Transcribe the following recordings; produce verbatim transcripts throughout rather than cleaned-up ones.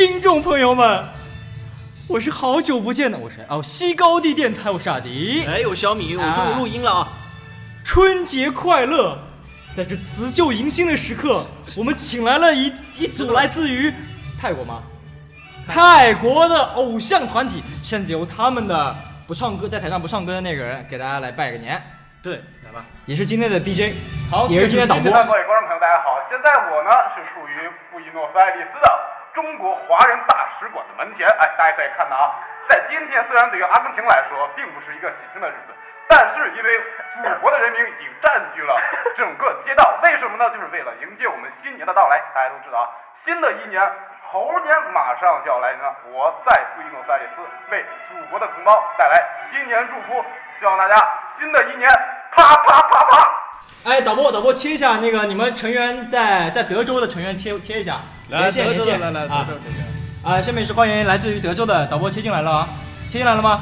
听众朋友们，我是好久不见的，我是哦西高地电台，我是阿迪。 哎，我小米，我终于录音了啊！ 春节快乐！在这辞旧迎新的时刻，我们请来了一一组来自于泰国吗？泰国的偶像团体，甚至由他们的不唱歌，在台上不唱歌的那个人给大家来拜个年。 对，来吧， 也是今天的 D J， 好， 也是今天导播。 各位观众朋友，大家好！现在我呢是属于布宜诺斯艾利斯的中国华人大使馆的门前。哎，大家可以看到啊，在今天虽然对于阿根廷来说并不是一个喜庆的日子，但是因为祖国的人民已经占据了整个街道，为什么呢？就是为了迎接我们新年的到来。大家都知道啊，新的一年猴年马上就要来临了，我在布宜诺斯艾利斯为祖国的同胞带来新年祝福，希望大家新的一年啪啪啪啪。 哎，导播，导播切一下那个你们成员在在德州的成员切切一下，连线连线， 来来来， 啊啊！下面是欢迎来自于德州的导播切进来了啊，切进来了吗？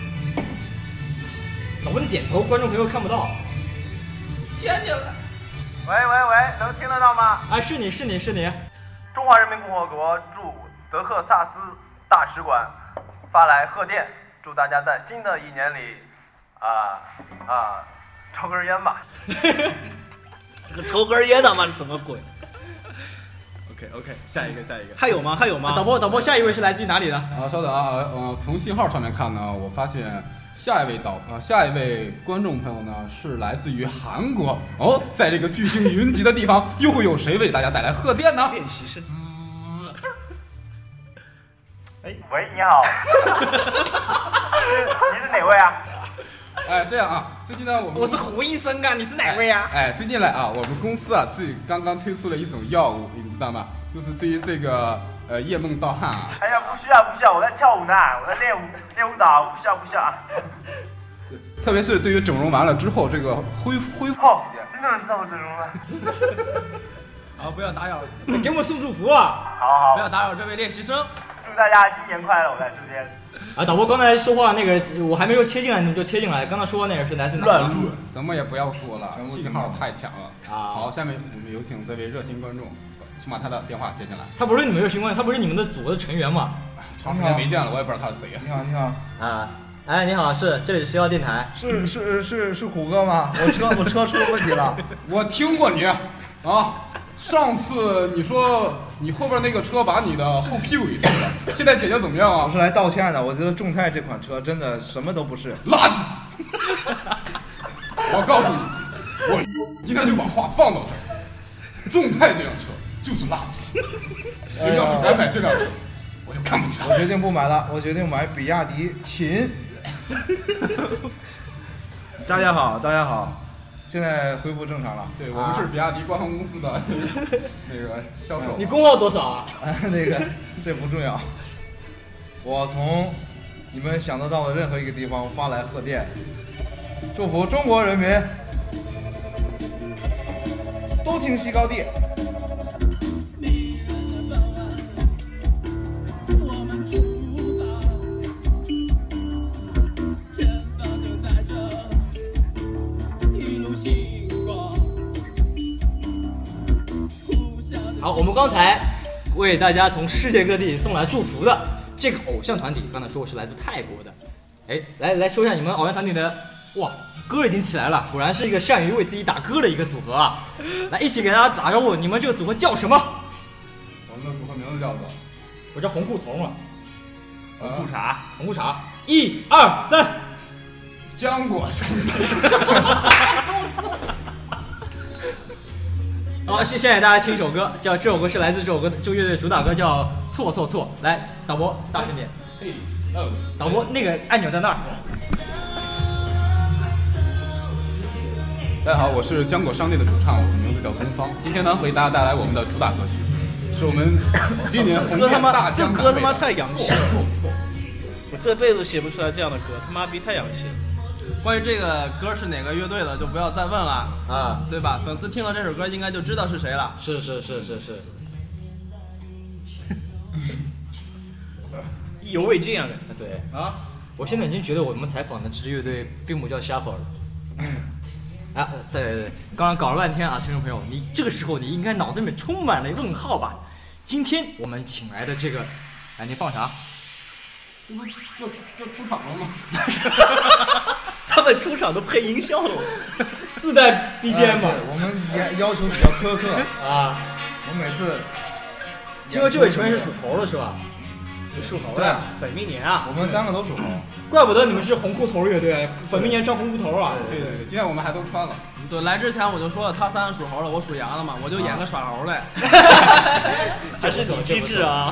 导播的点头，观众朋友看不到。 切进来。 喂喂喂，能听得到吗？ 啊，是你是你是你。 中华人民共和国驻德克萨斯大使馆发来贺电，祝大家在新的一年里啊啊抽根烟吧。 这个抽根烟的嘛，这什么鬼 ？OK OK， 下一个下一个。 还有吗？还有吗？ 啊、导播导播，下一位是来自于哪里的？ 啊，稍等啊，呃，从信号上面看呢，我发现下一位导呃下一位观众朋友呢是来自于韩国哦，在这个巨星云集的地方，又会有谁为大家带来贺电呢？ 练习生。 哎，喂，你好。你是哪位啊？ 哎，这样啊，最近呢，我们我是胡医生啊，你是哪位啊？ 哎，哎最近来啊，我们公司啊，最刚刚推出了一种药物，你知道吗？就是对于这个呃夜梦盗汗啊。 哎呀，不需要不需要，我在跳舞呢，我在练舞练舞蹈，不需要不需要。 特别是对于整容完了之后，这个恢复恢复哦，你怎么知道我整容了？ 好，不要打扰， 给我们送祝福啊！ 好好， 不要打扰这位练习生。 祝大家新年快乐！我在这边。 啊，导播刚才说话那个，我还没有切进来，你们就切进来。刚才说那个是来自哪？ 乱入，什么也不要说了，信号太强了啊！ 好，下面我们有请这位热心观众，请把他的电话接进来。 他不是你们热心观众，他不是你们的组的成员吗？ 长时间没见了，我也不知道他是谁呀。 你好，你好。 啊，哎，你好，是这里是西高电台。 是是是是虎哥吗？我车我车出问题了。 我听过你啊，上次你说你后边那个车把你的后屁股给蹭了，现在解决怎么样啊？ 我是来道歉的，我觉得众泰这款车真的什么都不是， 垃圾。我告诉你，我今天就把话放到这儿，众泰这辆车就是垃圾。谁要是敢买这辆车，我就看不起他。 我决定不买了，我决定买比亚迪秦。大家好，大家好。现在恢复正常了。 对，我们是比亚迪官方公司的那个销售。 你功耗多少啊？ 那个这不重要。我从你们想得到的任何一个地方发来贺电，祝福中国人民都听西高地。 好，我们刚才为大家从世界各地送来祝福的这个偶像团体，刚才说是来自泰国的。哎，来来说一下你们偶像团体的，哇，歌已经起来了，果然是一个善于为自己打歌的一个组合啊！来，一起给大家打招呼，你们这个组合叫什么？ 我们的组合名字叫做， 我叫红裤头嘛。 红裤衩， 红裤衩，一二三， 浆果生。 好，谢谢大家听一首歌，叫这首歌是来自这首歌这个乐队主打歌叫错错错。来，导播大声点。 嘿，哦， 导播那个按钮在那儿。 大家好，我是浆果商店的主唱，我的名字叫东方。今天呢，为大家带来我们的主打歌曲，是我们今年红遍大江南北的。 这歌他妈太洋气了，我这辈子写不出来这样的歌，他妈逼太洋气了。 关于这个歌是哪个乐队的，就不要再问了啊， 对吧？粉丝听了这首歌，应该就知道是谁了。 是是是是是， 意犹未尽啊！ 对啊，我现在已经觉得我们采访的这支乐队并不叫 Shuffle 了。啊，对对对，刚刚搞了半天啊，听众朋友，你这个时候你应该脑子里面充满了问号吧？ 今天我们请来的这个，哎，您放啥？ 这不就就出场了吗？ 他们出场都配音效了， 自带 B G M 哎对我们要要求比较苛刻， 啊。 我每次听说这位成员是属猴的是吧？ 属猴对啊的，本命年啊。 我们三个都属猴。 怪不得你们是红裤头乐队，本命年穿红裤头啊。 对对对，今天我们还都穿了。 对，来之前我就说了，他三个属猴的，我属羊的嘛，我就演个耍猴的。 这是你机智啊！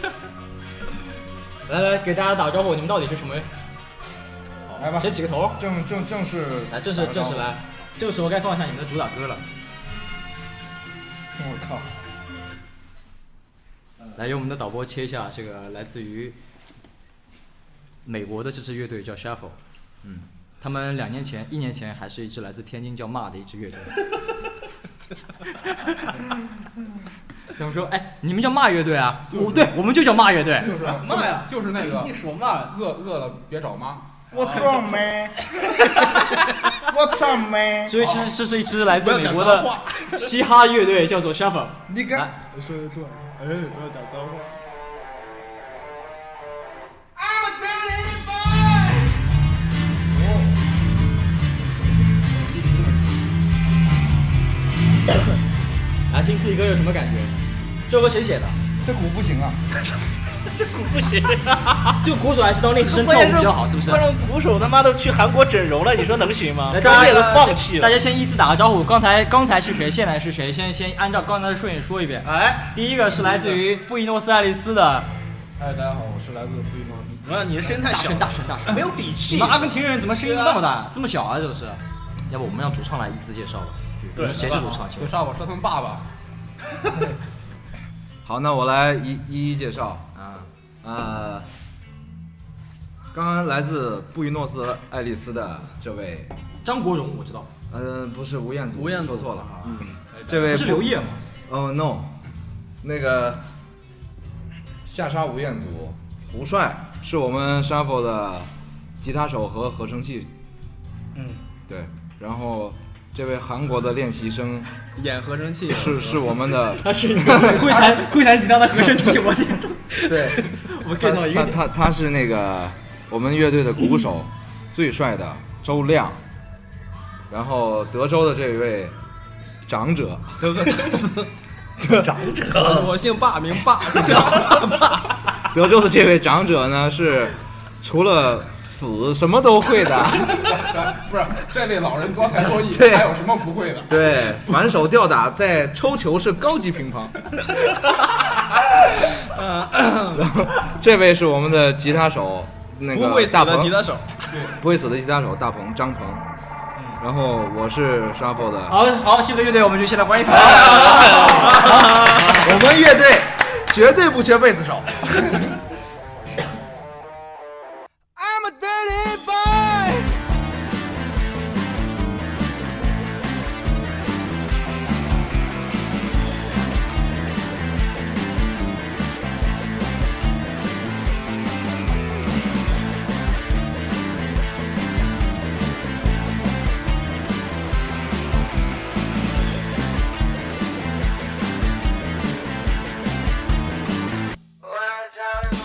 来来，给大家打招呼，你们到底是什么？ 来吧， 先起个头。 正正正式来，正式正式来，这个时候该放一下你们的主打歌了。 我靠！ 来，由我们的导播切一下这个来自于美国的这支乐队叫 Shuffle， 嗯，他们两年前、一年前还是一支来自天津叫骂的一支乐队。他们说：“哎，你们叫骂乐队啊？”我对，我们就叫骂乐队。 就是骂呀就是那个你说嘛？ 饿饿了别找妈。 What's wrong, man? What's up, man? 所以这这是一支来自美国的嘻哈乐队，叫做 Shuffle。 你看， 来说的对，哎，不要讲脏话。 来听自己歌有什么感觉？这首歌谁写的？ 这鼓不行啊！ 这鼓不行， 这个鼓手还是当练习生跳舞比较好，是不是？ 观众鼓手他妈都去韩国整容了，你说能行吗？ 来专业都放弃了。 大家先依次打个招呼。刚才刚才是谁？现在是谁？先先按照刚才的顺序说一遍。 哎， 第一个是来自于布宜诺斯艾利斯的， 哎，大家好，我是来自布宜诺。 啊，你的声太小， 大声大声大声， 没有底气。 你们阿根廷人怎么声音那么大，这么小啊？这不是？要不我们让主唱来依次介绍吧？ 对你们谁是主唱？请问？ 介绍我是他们爸爸。 好，那我来一一一介绍啊，呃，刚刚来自布宜诺斯艾利斯的这位， 张国荣我知道， 呃，不是吴彦祖， 吴彦祖说错了啊， 嗯， 这位不是刘烨吗？ 哦、no，那个下沙吴彦祖胡帅是我们 Shuffle 的吉他手和合成器， 嗯， 对，然后这位韩国的练习生演合成器是是我们的， 他是一个会弹会弹吉他的合成器，我天！ 对， 我 get 到一个点。 他他他是那个我们乐队的鼓手，最帅的周亮，然后德州的这位长者， 德克萨斯， 长者， 我姓霸，名霸，霸霸。 德州的这位长者呢是除了死什么都会的， 不是，这位老人多才多艺， 对还有什么不会的？ 对，反手吊打，在抽球是高级乒乓。然后这位是我们的吉他手，那不会死个大鹏的吉，他手， 不会死的吉他手大鹏张鹏。然后我是 Shuffle 的， 好好，这个乐队我们就先来欢迎他。 我们乐队绝对不缺贝斯手。I'm a dirty boy。 Well,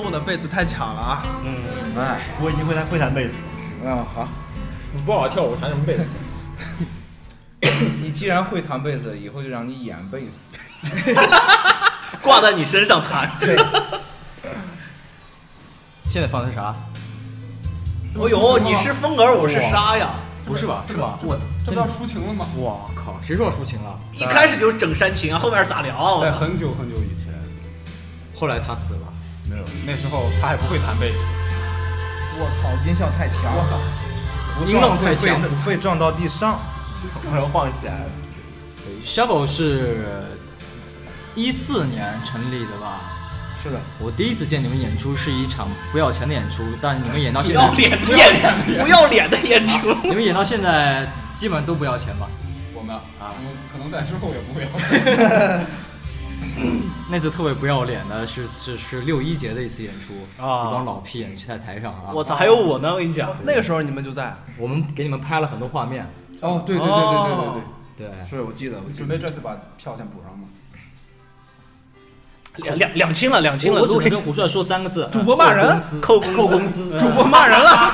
录的贝斯太强了啊！ 嗯， 哎， 我已经会弹会弹贝斯。 啊好， 你不好好跳舞，弹什么贝斯？ 你既然会弹贝斯，以后就让你演贝斯， 挂在你身上弹。 对。 现在放的是啥？ 哦呦，你是风儿，我是沙呀。 不是吧？是吧？我操， 这不要抒情了吗？ 哇靠！谁说要抒情了？ 一开始就是整煽情啊，后面咋聊？ 在很久很久以前， 后来他死了。 没有，那时候他还不会弹贝斯。 我操，音效太强！ 我操， 音浪太强， 不会撞到地上， 然后晃起来了。 Shuffle 是一四年成立的吧？ 是的， 我第一次见你们演出是一场不要钱的演出，但你们演到不现在要脸的演出，不要脸的演出。 你们演到现在基本上都不要钱吧？ 我们啊，我们可能在之后也不会要。 那次特别不要脸的是是是六一节的一次演出啊， 一帮老屁眼在台上啊！ 我操，还有我呢，我跟你讲， 那个时候你们就在， 我们给你们拍了很多画面。 哦，对对对对对对对对， 是我记得，我准备这次把票钱补上吗？ 两两两清了，两清了。 我只能跟胡帅说三个字： 主播骂人， 扣扣工资。 主播骂人了，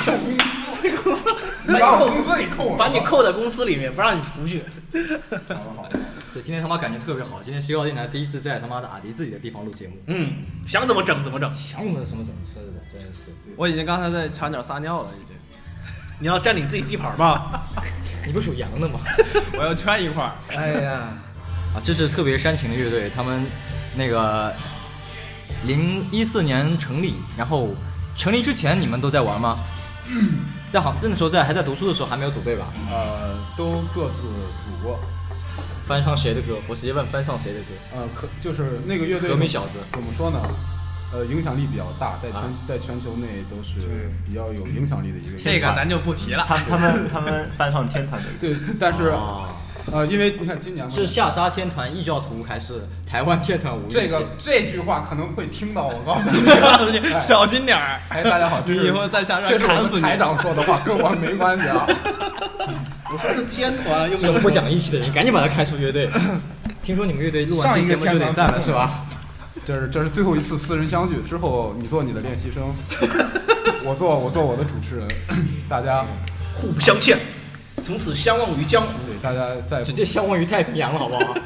把你扣公司里扣，把你扣在公司里面，不让你出去。 好了好了， 对，今天他妈感觉特别好。今天西高电台第一次在他妈的阿迪自己的地方录节目。 嗯，想怎么整怎么整， 想你们什么怎么吃的，真是。 我已经刚才在墙角撒尿了，已经。 你要占领自己地盘吗？ 你不属羊的吗？ 我要圈一块儿。 哎呀， 啊，这支特别煽情的乐队，他们那个零一四年成立，然后成立之前你们都在玩吗？在好那时候在还在读书的时候还没有组队吧？ 呃，都各自组过。 翻唱谁的歌？我直接问翻唱谁的歌？ 呃，可就是那个乐队革命小子怎么说呢？呃，影响力比较大，在全、啊、在全球内都是比较有影响力的一个。 这个咱就不提了。 他他们他们翻唱天团的。 对，但是、 哦、 呃，因为你看今年是下沙天团异教徒还是台湾天团无？ 这个这句话可能会听到，我告诉你， 小心点儿。 哎，大家好， 你以后在下这是我们台长说的话，跟我没关系啊。 我说是天团，又这种不讲义气的人，赶紧把他开除乐队。听说你们乐队录完这节目就得散了，是吧？ 这是这是最后一次私人相聚，之后你做你的练习生，我做我做我的主持人，大家互不相欠，从此相忘于江湖。 对，大家在直接相忘于太平洋了，好不好？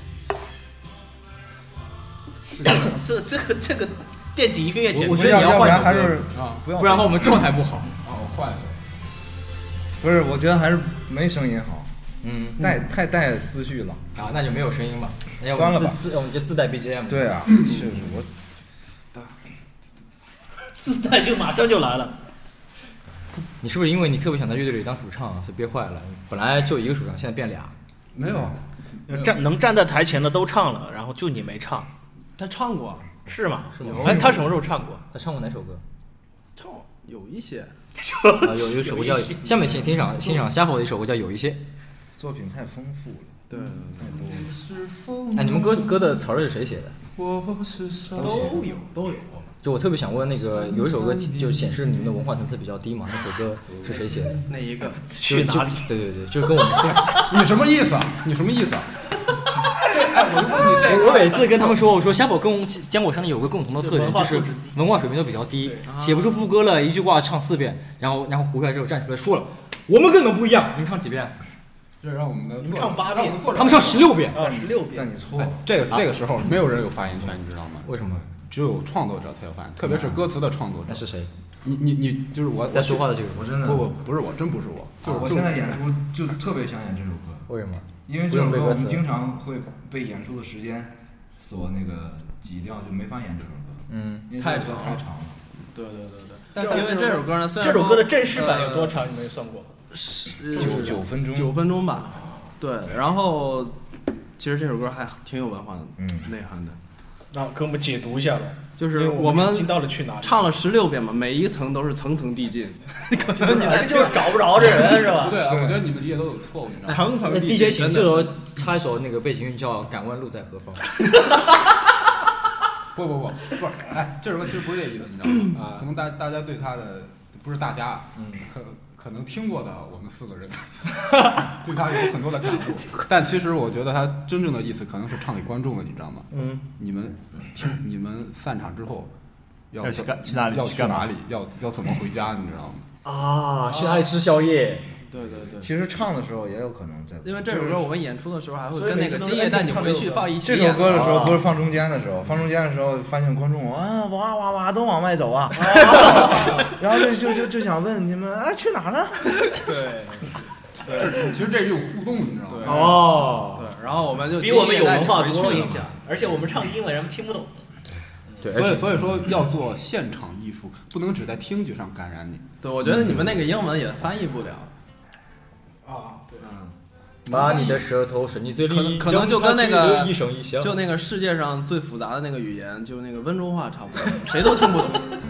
这这个这个垫底音乐节目， 我觉得你要换首歌啊， 不然的话我们状态不好。 啊，我换一首。 不是，我觉得还是没声音好。 嗯， 带太带思绪了啊，那就没有声音吧？那要关了吧？ 自我们就自带 B G M。 对啊，就是我自带就马上就来了。 你是不是因为你特别想在乐队里当主唱，所以憋坏了？本来就一个主唱，现在变俩。 没有， 站能站在台前的都唱了，然后就你没唱。 他唱过， 是吗？ 是吗？ 哎，他什么时候唱过？ 他唱过哪首歌？ 唱有一些。 啊，有一首歌叫下面请欣赏欣赏 Shuffle 的一首歌叫有一些。 作品太丰富了， 对， 太多了。 哎，你们歌歌的词儿是谁写的？ 都有都有。 就我特别想问，那个有一首歌就显示你们的文化层次比较低嘛？那首歌是谁写的？ 哪一个？ 去哪里？ 对对对，就是跟我们。 你什么意思啊？你什么意思啊？这哎，我就问你这个。 我每次跟他们说，我说 Shuffle 跟浆果山有个共同的特点，就是文化水平都比较低，写不出副歌了，一句话唱四遍，然后然后胡出来之后站出来说了，我们跟你们不一样，你们唱几遍？ 这让我们的你们唱八遍， 他们唱十六遍啊，十六遍。 但你错了， 这个这个时候没有人有发言权，你知道吗？ 为什么？ 只有创作者才有发言，特别是歌词的创作者。 那是谁？ 你你你就是我在说话的这个。 我真的不不不是我，真不是我。就我现在演出就特别想演这首歌。 为什么？ 因为这首歌我们经常会被演出的时间所那个挤掉，就没法演这首歌。 嗯， 太长太长了。 对对对对。因为这首歌呢，虽然这首歌的正式版有多长？你没算过？ 九九分钟。 九分钟吧。对，然后其实这首歌还挺有文化的内涵的。 那给我们解读一下吧。 就是我们听到了去哪里， 唱了十六遍嘛，每一层都是层层递进。 我觉得你这就是找不着这人是吧？ 不对啊，我觉得你们理解都有错误，你知道吗？ 层层递进。 D J 请这首插一首那个背景音叫《敢问路在何方》。 不不不不是，哎，这首歌其实不是这意思，你知道吗？啊，可能大大家对他的不是大家，嗯，可可能听过的我们四个人，对他有很多的感悟。但其实我觉得他真正的意思可能是唱给观众的，你知道吗？ 嗯， 你们听，你们散场之后， 要要去干去哪里要去干嘛去哪里，要要怎么回家，你知道吗？ 啊，去哪里吃宵夜？ 对对对， 其实唱的时候也有可能在， 因为这首歌我们演出的时候还会所以跟那个《 每次都是今夜带你回去》放一起演。 这首歌的时候啊不是放中间的时候，放中间的时候发现观众啊哇哇哇都往外走啊，然后就就就就想问你们啊去哪了？ 对对，其实这有互动，你知道吗？ 哦， 对，然后我们就比我们有文化今夜带你回去了多了印象，而且我们唱英文人们听不懂。 对， 所以所以说要做现场艺术，不能只在听觉上感染你。 对，我觉得你们那个英文也翻译不了。 啊，对， 嗯， 把你的舌头伸进嘴里， 可能可能就跟那个让它一声一响， 就那个世界上最复杂的那个语言，就那个温州话差不多，谁都听不懂。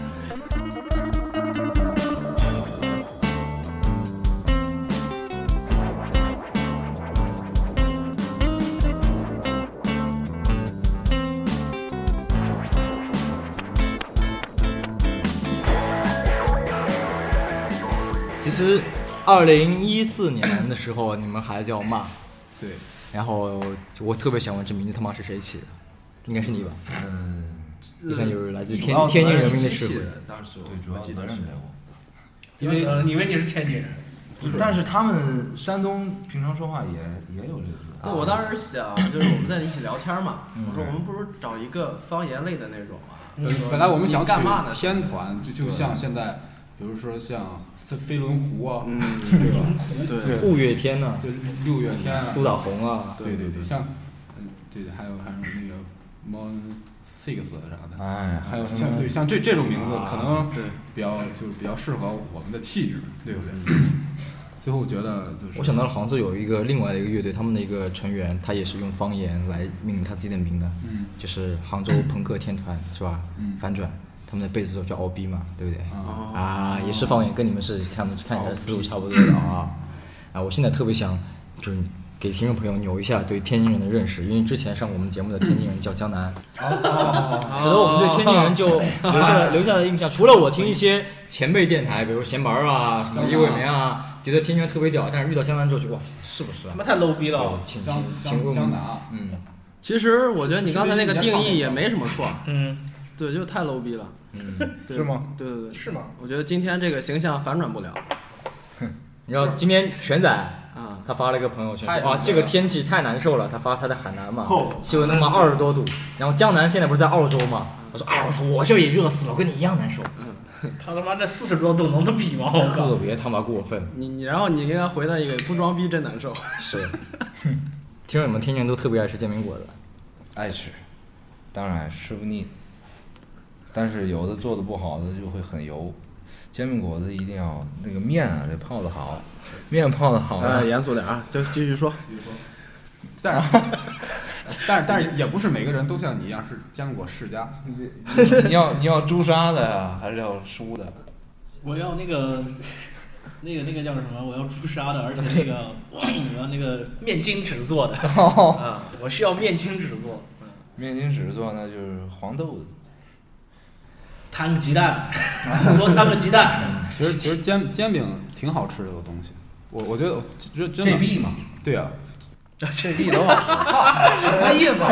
其实，二零一四年的时候，你们还叫骂， 对， 然后我特别想问，这名字他妈是谁起的？应该是你吧？ 嗯， 你看，有来自天主要天津人民的一起写智慧。 当时我对，主要我记得是责任在我。 因为因为你是天津人， 但是他们山东平常说话也也有这个字。 对，我当时想，就是我们在一起聊天嘛， 嗯我说我们不如找一个方言类的那种啊。 本本来我们想你干嘛呢去天团，就就像现在，比如说像飞飞轮湖啊， 嗯， 对吧？ 对， 五月天呐， 就六月天啊， 苏打红啊， 对对对，像嗯对，还有还有那个 Mon Six 啥的， 哎， 还有像对像这这种名字可能对比较就是比较适合我们的气质，对不对？最后我觉得就是我想到了杭州有一个另外的一个乐队，他们的一个成员，他也是用方言来命名他自己的名的， 嗯就是杭州朋克天团，是吧？ 嗯反转，他们的贝斯手叫奥 B 嘛，对不对？ 啊啊，也是方言，跟你们是看看起来思路差不多的啊。啊，我现在特别想就是给听众朋友扭一下对天津人的认识，因为之前上我们节目的天津人叫江南， 哦使得我们对天津人就留下留下的印象，除了我听一些前辈电台，比如闲白啊、什么叶伟明啊，觉得天津人特别屌，但是遇到江南之后就我操，是不是啊他妈？太 low 逼了。 请江请请问江江南， 嗯其实我觉得你刚才那个定义也没什么错， 嗯， 对，就太 low 逼了， 嗯， 对是吗？ 对对对， 是吗？ 我觉得今天这个形象反转不了你知道今天全仔啊。 他发了一个朋友圈太说啊，这个天气太难受了。他发他在海南嘛哦， 气温他妈二十多度，然后江南现在不是在澳洲嘛？我说哎我操，我这也热死了，我跟你一样难受， 他他妈这四十多度能他比吗？我靠！ 特别他妈过分。 你你然后你应该回他一个不装逼真难受。 是，听说你们天津人都特别爱吃煎饼果子， 爱吃，当然吃不腻。但是有的做的不好的就会很油。煎饼果子一定要那个面啊，得泡的好，面泡的好呃， 呢。 严肃点啊，就继续说。 但是但是但是也不是每个人都像你一样是浆果世家， 你要你要朱砂的呀，还是要酥的？ 我要那个那个那个叫什么？我要朱砂的，而且那个我要那个面筋纸做的啊，我需要面筋纸做。嗯， 面筋纸做那就是黄豆子。 摊个鸡蛋，多摊个鸡蛋。 其实其实煎煎饼挺好吃的个东西，我我觉得这真的 G B 嘛， 对呀、 这地都好吃。 什么意思？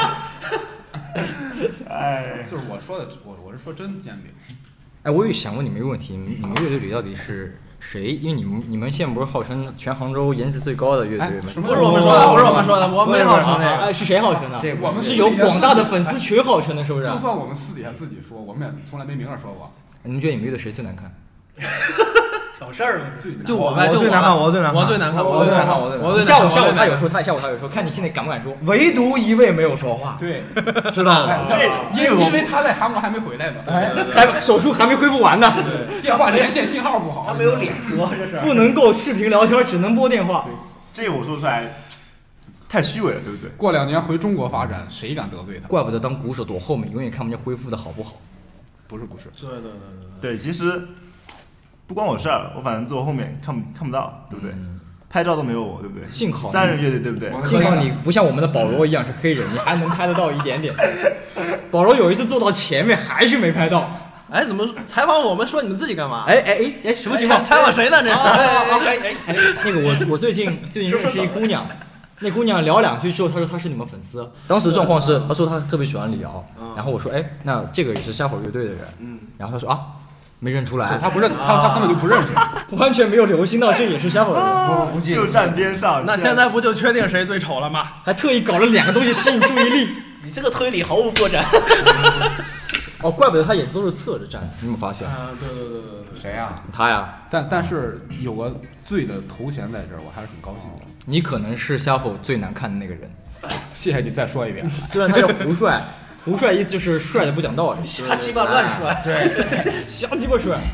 哎， 就是我说的，我我是说真煎饼。 哎，我也想问你们一个问题，你们乐队里到底是谁？因为你们你们现在不是号称全杭州颜值最高的乐队吗？ 哎什么不是我们说的，不是我们说的，我没号称这个。 哎，是谁号称的？ 这我们是有广大的粉丝群号称的，是不是？ 就算我们私底下自己说，我们也从来没明着说过。 你们觉得你们乐队谁最难看？ 挑事儿嘛， 最就我呗，就我最难看我我最难看我最难看， 我最难看我最难看我最难看。 下午下午我最难看他有说，他下午他有说，看你现在敢不敢说？ 唯独一位没有说话， 对， 知道哎吗？ 因为因为他在韩国还没回来呢， 还手术还没恢复完呢， 电话连线信号不好， 他没有脸说这事儿。 不能够视频聊天，只能拨电话。 这我说出来太虚伪了，对不对？ 过两年回中国发展，谁敢得罪他？ 怪不得当鼓手躲后面，永远看不见恢复的好不好。 不是不是， 对对对对对。 对，其实不关我事儿，我反正坐后面看不看不到，对不对？ 嗯拍照都没有我，对不对？ 幸好三人乐队，对不对？ 幸好你不像我们的保罗一样是黑人，你还能拍得到一点点。保罗有一次坐到前面还是没拍到。 哎，怎么采访我们说你们自己干嘛？ 哎哎哎哎，什么情况？ 采采访谁呢？这哎哎哎哎，那个我我最近最近认识一姑娘， 那姑娘聊两句之后，她说她是你们粉丝。当时状况是，她说她特别喜欢李敖，然后我说，哎，那这个也是夏火乐队的人，嗯，然后她说啊，没认出来， 他不认，他他根本就不认识， 完全没有留心到这也是夏火的人， 就站边上。 那现在不就确定谁最丑了吗？ 还特意搞了两个东西吸引注意力， 你这个推理毫无破绽。 哦，怪不得他也都是侧着站，你有没有发现？ 啊，对对对对对， 谁呀？ 他呀。 但但是有个最的头衔在这儿，我还是很高兴的。 你可能是夏否最难看的那个人。 谢谢你再说一遍。 虽然他叫胡帅，胡帅意思就是帅的不讲道理， 瞎鸡巴乱帅， 对，瞎鸡巴帅。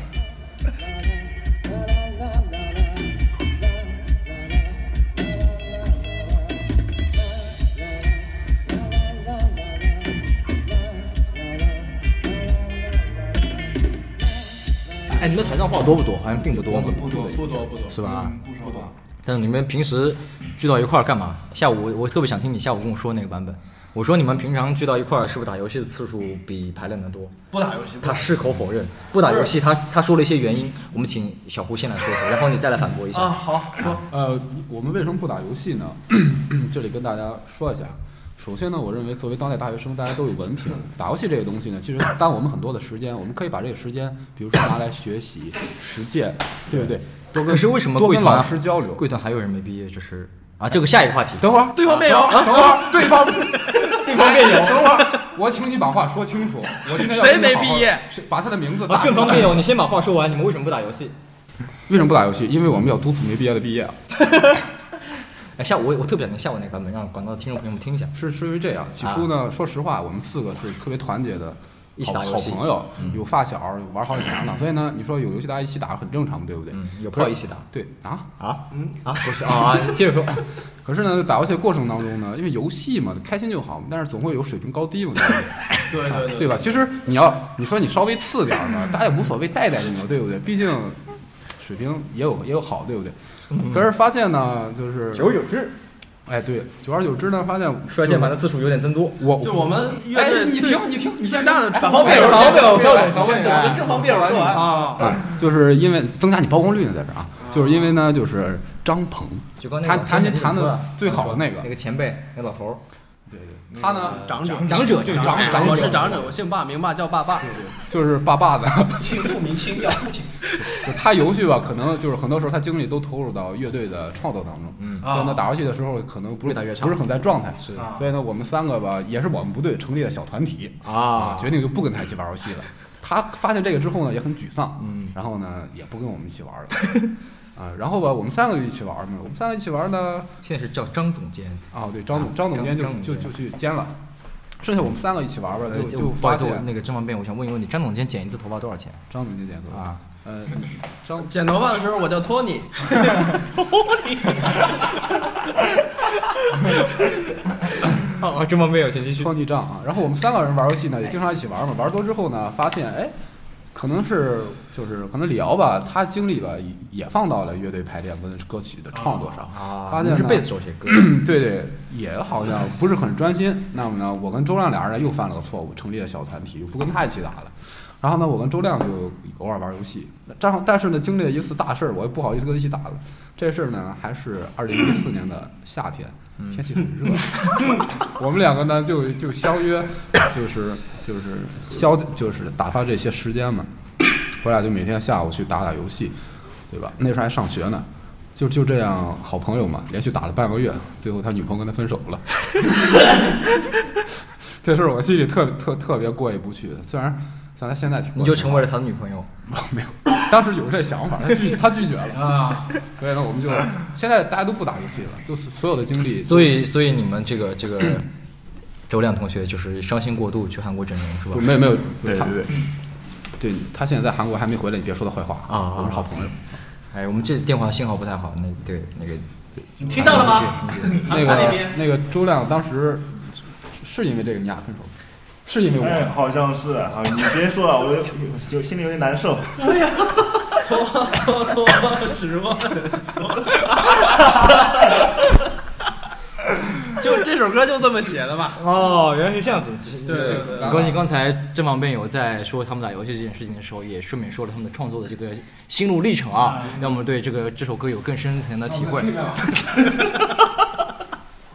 哎，你们台上话多不多？好像并不多， 不多不多不多， 是吧？ 不多。 但是你们平时聚到一块儿干嘛？下午我我特别想听你下午跟我说那个版本。我说你们平常聚到一块儿是不是打游戏的次数比排练的多？ 不打游戏。 他矢口否认，不打游戏。他他说了一些原因，我们请小胡先来说说，然后你再来反驳一下。 啊，好说。 呃，我们为什么不打游戏呢？这里跟大家说一下。首先呢，我认为作为当代大学生，大家都有文凭。打游戏这个东西呢，其实耽误我们很多的时间。我们可以把这个时间，比如说拿来学习、实践，对不对？多跟可是为什么多跟贵团老师交流？ 贵团还有人没毕业，就是啊，这个下一个话题。 等会儿， 对方辩友， 啊、等会儿，对方， 对方辩友， 等会儿，我请你把话说清楚。我今天要谁没毕业？ 把他的名字啊，正方辩友，你先把话说完。你们为什么不打游戏？ 为什么不打游戏？因为我们要督促没毕业的毕业。 哎，下午我我特别想听下午那个版本，让广大的听众朋友们听一下。 是是因为这样，起初呢，啊、说实话，我们四个是特别团结的， 一起打游戏， 好朋友，嗯、有发小，玩好几年了，所以呢，你说有游戏大家一起打很正常，对不对？ 嗯，有朋友一起打。 对啊啊嗯啊不是啊，接着说。 可是呢，打游戏的过程当中呢，因为游戏嘛，开心就好，但是总会有水平高低嘛， 对对对， 对吧？其实你要你说你稍微次点儿呢，大家也无所谓，带带就行，对不对？毕竟水平也有也有好，对不对？嗯、可是发现呢，就是久而久之。 哎，对，久而久之呢，发现摔键盘的次数有点增多。 我就我们乐队， 你听，你听，你最大的反方辩友， 反方辩友，稍等， 反方辩友，跟正方辩友说完啊啊，就是因为增加你曝光率呢，在这啊，就是因为呢，就是张鹏，他弹琴弹的最好的那个那个前辈，那老头儿， 对对，他呢， 长者， 长者，对长长我是长者，我姓霸，名霸，叫霸霸， 就是霸霸的， 姓父名亲，叫父亲。 他游戏吧，可能就是很多时候他精力都投入到乐队的创作当中， 嗯， 所以呢，打游戏的时候可能不是不是很在状态， 是， 所以呢，我们三个吧，也是我们部队成立了小团体啊， 决定就不跟他一起玩游戏了。他发现这个之后呢，也很沮丧， 嗯， 然后呢，也不跟我们一起玩了。啊，然后吧，我们三个就一起玩嘛。我们三个一起玩呢， 现在是叫张总监啊，对，张总张总监就就就去监了。剩下我们三个一起玩吧，就就发现那个正方辩，我想问一问你，张总监剪一次头发多少钱？ 张总监剪头发啊， 呃，张剪头发的时候我叫托尼， 托尼。 哦，正方辩有，请继续。 托尼张啊，然后我们三个人玩游戏呢，也经常一起玩嘛。玩多之后呢，发现哎。可能是就是可能李敖吧，他精力吧也放到了乐队排练跟歌曲的创作上， 啊， 发现是贝斯手写歌， 对对，也好像不是很专心。那么呢，我跟周亮俩人又犯了个错误，成立了小团体，又不跟他一起打了。然后呢，我跟周亮就偶尔玩游戏，但但是呢，经历了一次大事儿，我也不好意思跟他一起打了。这事儿呢，还是二零一四年的夏天，天气很热，我们两个呢就就相约，就是就是消就是打发这些时间嘛。我俩就每天下午去打打游戏，对吧？那时候还上学呢，就就这样好朋友嘛，连续打了半个月，最后他女朋友跟他分手了。这事儿我心里特特特别过意不去的，虽然虽然他现在挺， 你就成为了他的女朋友？ 没有，当时有这想法，他拒他拒绝了啊，所以呢，我们就现在大家都不打游戏了，都所有的精力。 所以所以你们这个这个周亮同学就是伤心过度去韩国整容是吧？ 没有没有， 对对对。 对他现在在韩国还没回来，你别说他坏话啊！ 我们是好朋友。 哎，我们这电话信号不太好，那对那个， 你听到了吗？ 那个那个周亮当时是因为这个你俩分手，是因为我？ 哎，好像是。好，你别说了，我就心里有点难受。 哎呀，错错错，失望，错。就这首歌就这么写的吧？ 哦，原来是这样子。 对对对。 很高兴刚才正方辩友在说他们打游戏这件事情的时候，也顺便说了他们创作的这个心路历程啊，让我们对这个这首歌有更深层的体会。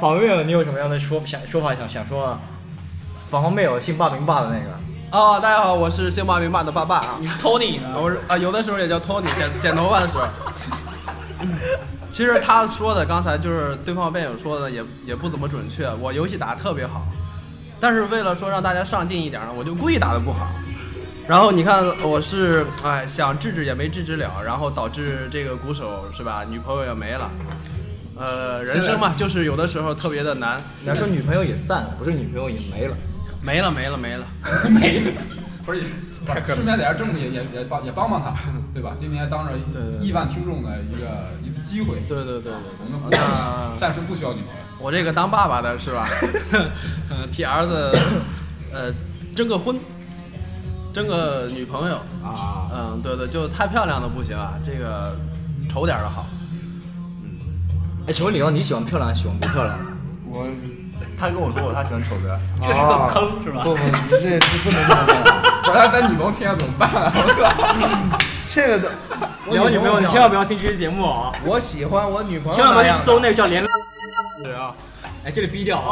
访问友，你有什么样的说想说法想想说啊？访问妹友姓霸名霸的那个。 哦，大家好，我是姓霸名霸的爸爸啊。 你是 Tony 啊？ 我是啊，有的时候也叫 Tony， 剪剪头发的时候。其实他说的刚才就是对方辩友说的也也不怎么准确。我游戏打得特别好，但是为了说让大家上进一点呢，我就故意打得不好。然后你看我是哎想制止也没制止了，然后导致这个鼓手是吧，女朋友也没了。呃，人生嘛，就是有的时候特别的难。 你要说女朋友也散了，不是女朋友也没了， 没了没了没了没了，不是，顺便在这正也也也帮也帮帮他，对吧？今年当着亿万听众的一个一次机会， 对对对对， 我们不暂时不需要女朋友。 我这个当爸爸的是吧？嗯，替儿子呃征个婚，征个女朋友啊， 嗯，对对，就太漂亮的不行啊，这个丑点的好。 哎，请问李奥，你喜欢漂亮还是喜欢不漂亮？ 我，他跟我说他喜欢丑的， 这是个坑是吧？ 不不，这这不能这么办。 不是他带女朋友听下怎么办啊？我操！ 这个的， 聊女朋友，你千万不要听这期节目啊！ 我喜欢我女朋友， 千万不要去搜那个叫连啊！哎，这里逼掉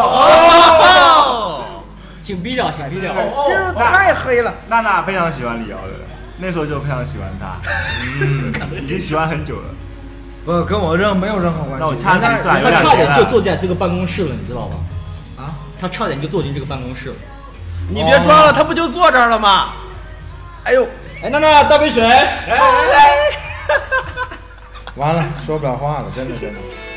哦， 请逼掉，请逼掉！ 这太黑了。 娜娜非常喜欢李瑶的，那时候就非常喜欢他，嗯，已经喜欢很久了。 不，跟我任没有任何关系。 那我掐指一算， 他差点就坐在这个办公室了，你知道吧？ 啊， 他差点就坐进这个办公室了。 你别装了，他不就坐这儿了吗？ 哎呦， 哎，娜娜，倒杯水。来来来， 完了，说不了话了，真的真的。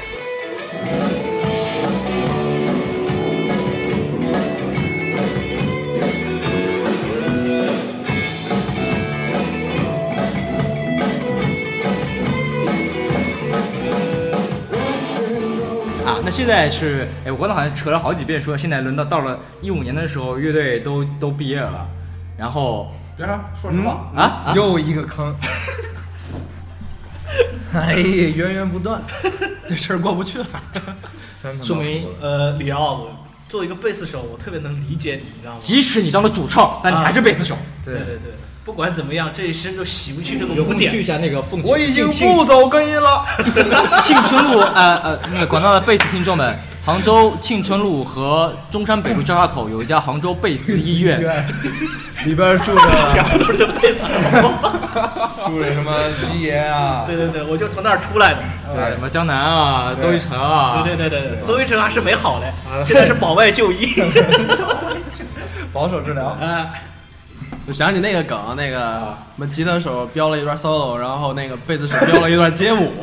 啊，那现在是，哎，我刚才好像扯了好几遍说，现在轮到到了一五年的时候，乐队都都毕业了，然后， 别说，说实话、 嗯、啊， 又一个坑，哎呀，源源不断， 这事儿过不去了。 说明呃，李奥，我作为一个贝斯手，我特别能理解你，你知道吗？ 即使你当了主唱，但你还是贝斯手。 对对对。不管怎么样，这一生都洗不去这个有污点。 去一下那个凤我已经不走根音了。 庆春路，呃呃，那个广大的贝斯听众们，杭州庆春路和中山北路交叉口有一家杭州贝斯医院， 里边住着全部都是贝斯手， 住着什么基爷啊？ 对对对，我就从那儿出来的。 对，什么江南啊，邹一晨啊， 对对对对对，邹一晨还是没好嘞，现在是保外就医， 保守治疗。 啊。 我想起那个梗，那个什么吉他手飙了一段 solo， 然后那个贝斯手飙了一段街舞。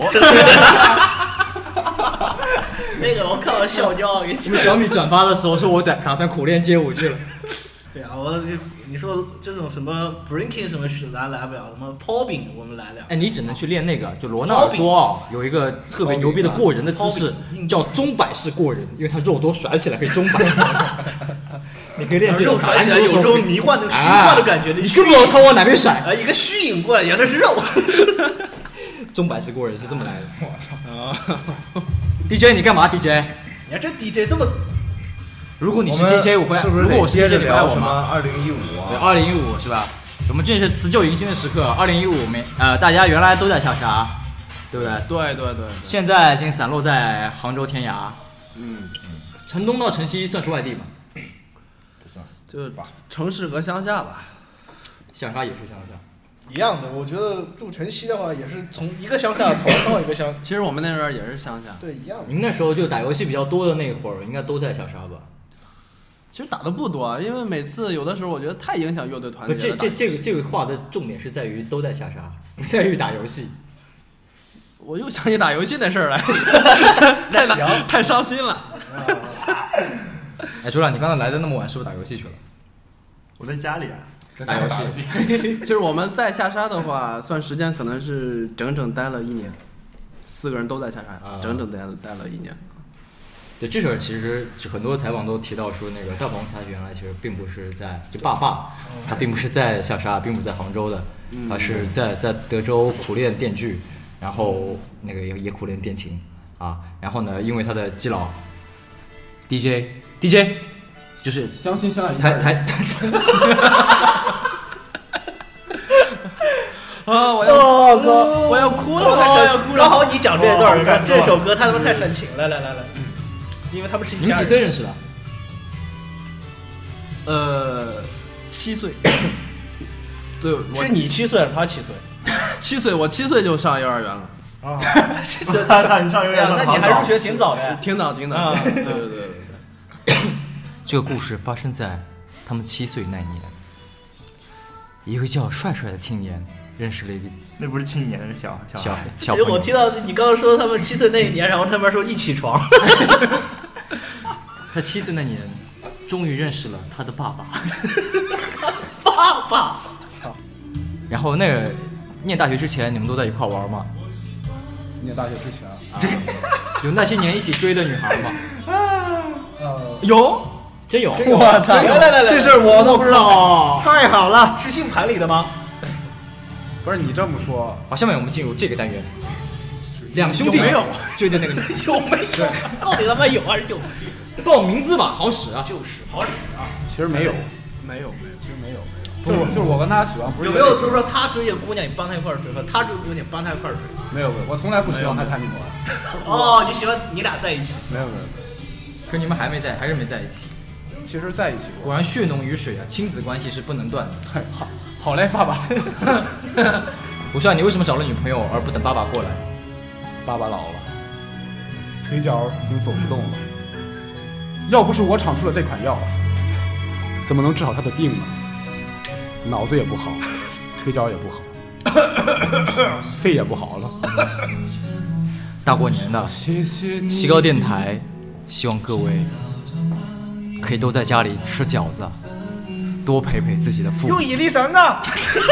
那个我看到笑焦了，给你们小米转发的时候说我打打算苦练街舞去了。 对啊，我就你说这种什么 breaking 什么咱来不了，什么 popping 我们来了。 哎，你只能去练那个，就罗纳尔多啊，有一个特别牛逼的过人的姿势，叫钟摆式过人，因为他肉多甩起来可以钟摆。你可以练这种甩起来有这种迷幻的虚幻的感觉的， 你根本不知道他往哪边甩啊！一个虚影过来，原来是肉。 钟摆式过人是这么来的。我操！D J 你干嘛 ？D J？ 你看这 D J 这么， 如果你是 D J， 我会， 是不是如果我是 D J， 你爱我吗？ 二零一五啊， 对，二零一五是吧？我们这是辞旧迎新的时刻。二零一五没呃，大家原来都在下沙，对不对？ 对对对。 现在已经散落在杭州天涯。 嗯嗯。城东到城西算是外地吗？ 就城市和乡下吧， 乡下也是乡下， 一样的。我觉得住城西的话，也是从一个乡下逃到一个乡。 其实我们那边也是乡下， 对，一样的。 您那时候就打游戏比较多的那会儿，应该都在下沙吧？ 其实打的不多，因为每次有的时候我觉得太影响乐队团结了。 这这这个这个话的重点是在于都在下沙，不在于打游戏。 我又想起打游戏那事儿来，太伤太伤心了。 哎，周亮，你刚才来的那么晚，是不是打游戏去了？ 我在家里啊， 打游戏。 其实我们在下沙的话，算时间可能是整整待了一年，四个人都在下沙，啊、整整待了待了一年。 对，这事儿其实很多采访都提到说，那个大鹏他原来其实并不是在就爸爸，他并不是在下沙，并不是在杭州的，他是在在德州苦练电锯，然后那个也也苦练电琴啊，然后呢，因为他的基佬 D J D J 就是相亲相爱台台台。 啊！我要哥，我要哭了， 我要哭了。刚好你讲这段，这首歌他他妈太煽情了，来来来来。 因为他们是一你们家人。 几岁认识的？ 呃，七岁。对，我是你七岁，他七岁。 七岁，我七岁就上幼儿园了。 啊， 是他他你上幼儿园那你还入学挺早的呀？ 挺早，挺早。 啊对对对对对。 这个故事发生在他们七岁那年，一个叫帅帅的青年认识了一个那不是青年，是小小小孩。 小朋友。 其实我听到你刚刚说他们七岁那一年，然后他们说一起床。 他七岁那年，终于认识了他的爸爸。 爸爸， 操！然后那个念大学之前，你们都在一块玩吗？ 念大学之前啊，有那些年一起追的女孩吗？ 呃，有， 真有。 我操！ 来来来来， 这事儿我都不知道。 太好了，是星盘里的吗？ 不是你这么说。 好，下面我们进入这个单元。两兄弟有没有追的那个女孩？ 有没有？到底他妈有还是有？ 报名字吧，好使啊！ 就是好使啊。 其实没有， 没有，没有， 其实没有。就是就是我跟他喜欢不是有没有就是说他追一个姑娘，你帮他一块儿追，和他追姑娘帮他一块儿追？ 没有没有，我从来不希望他谈女朋友。 哦，你喜欢你俩在一起？ 没有没有没有。 可你们还没在，还是没在一起？ 其实在一起过。 果然血浓于水啊，亲子关系是不能断的。 嗨，好，好嘞，爸爸。 我说你为什么找了女朋友而不等爸爸过来？ 爸爸老了，腿脚已经走不动了。要不是我厂出了这款药，怎么能治好他的病呢？脑子也不好，腿脚也不好，肺也不好了。 大过年的，西高电台希望各位可以都在家里吃饺子，多陪陪自己的父母。 用引力绳啊！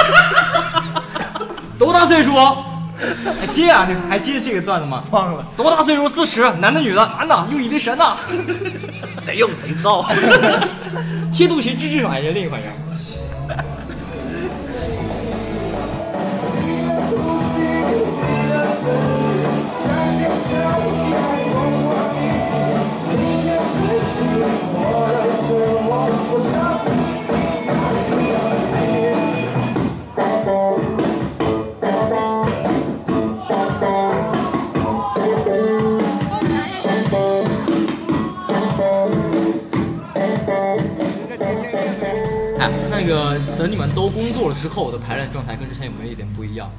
多大岁数？还接啊？你还记得这个段子吗？ 忘了。 多大岁数？四十，男的女的？男的用引力绳呢？ 谁用谁知道。 贴肚脐治痔疮也另一款药。那个等你们都工作了之后的排练状态跟之前有没有一点不一样？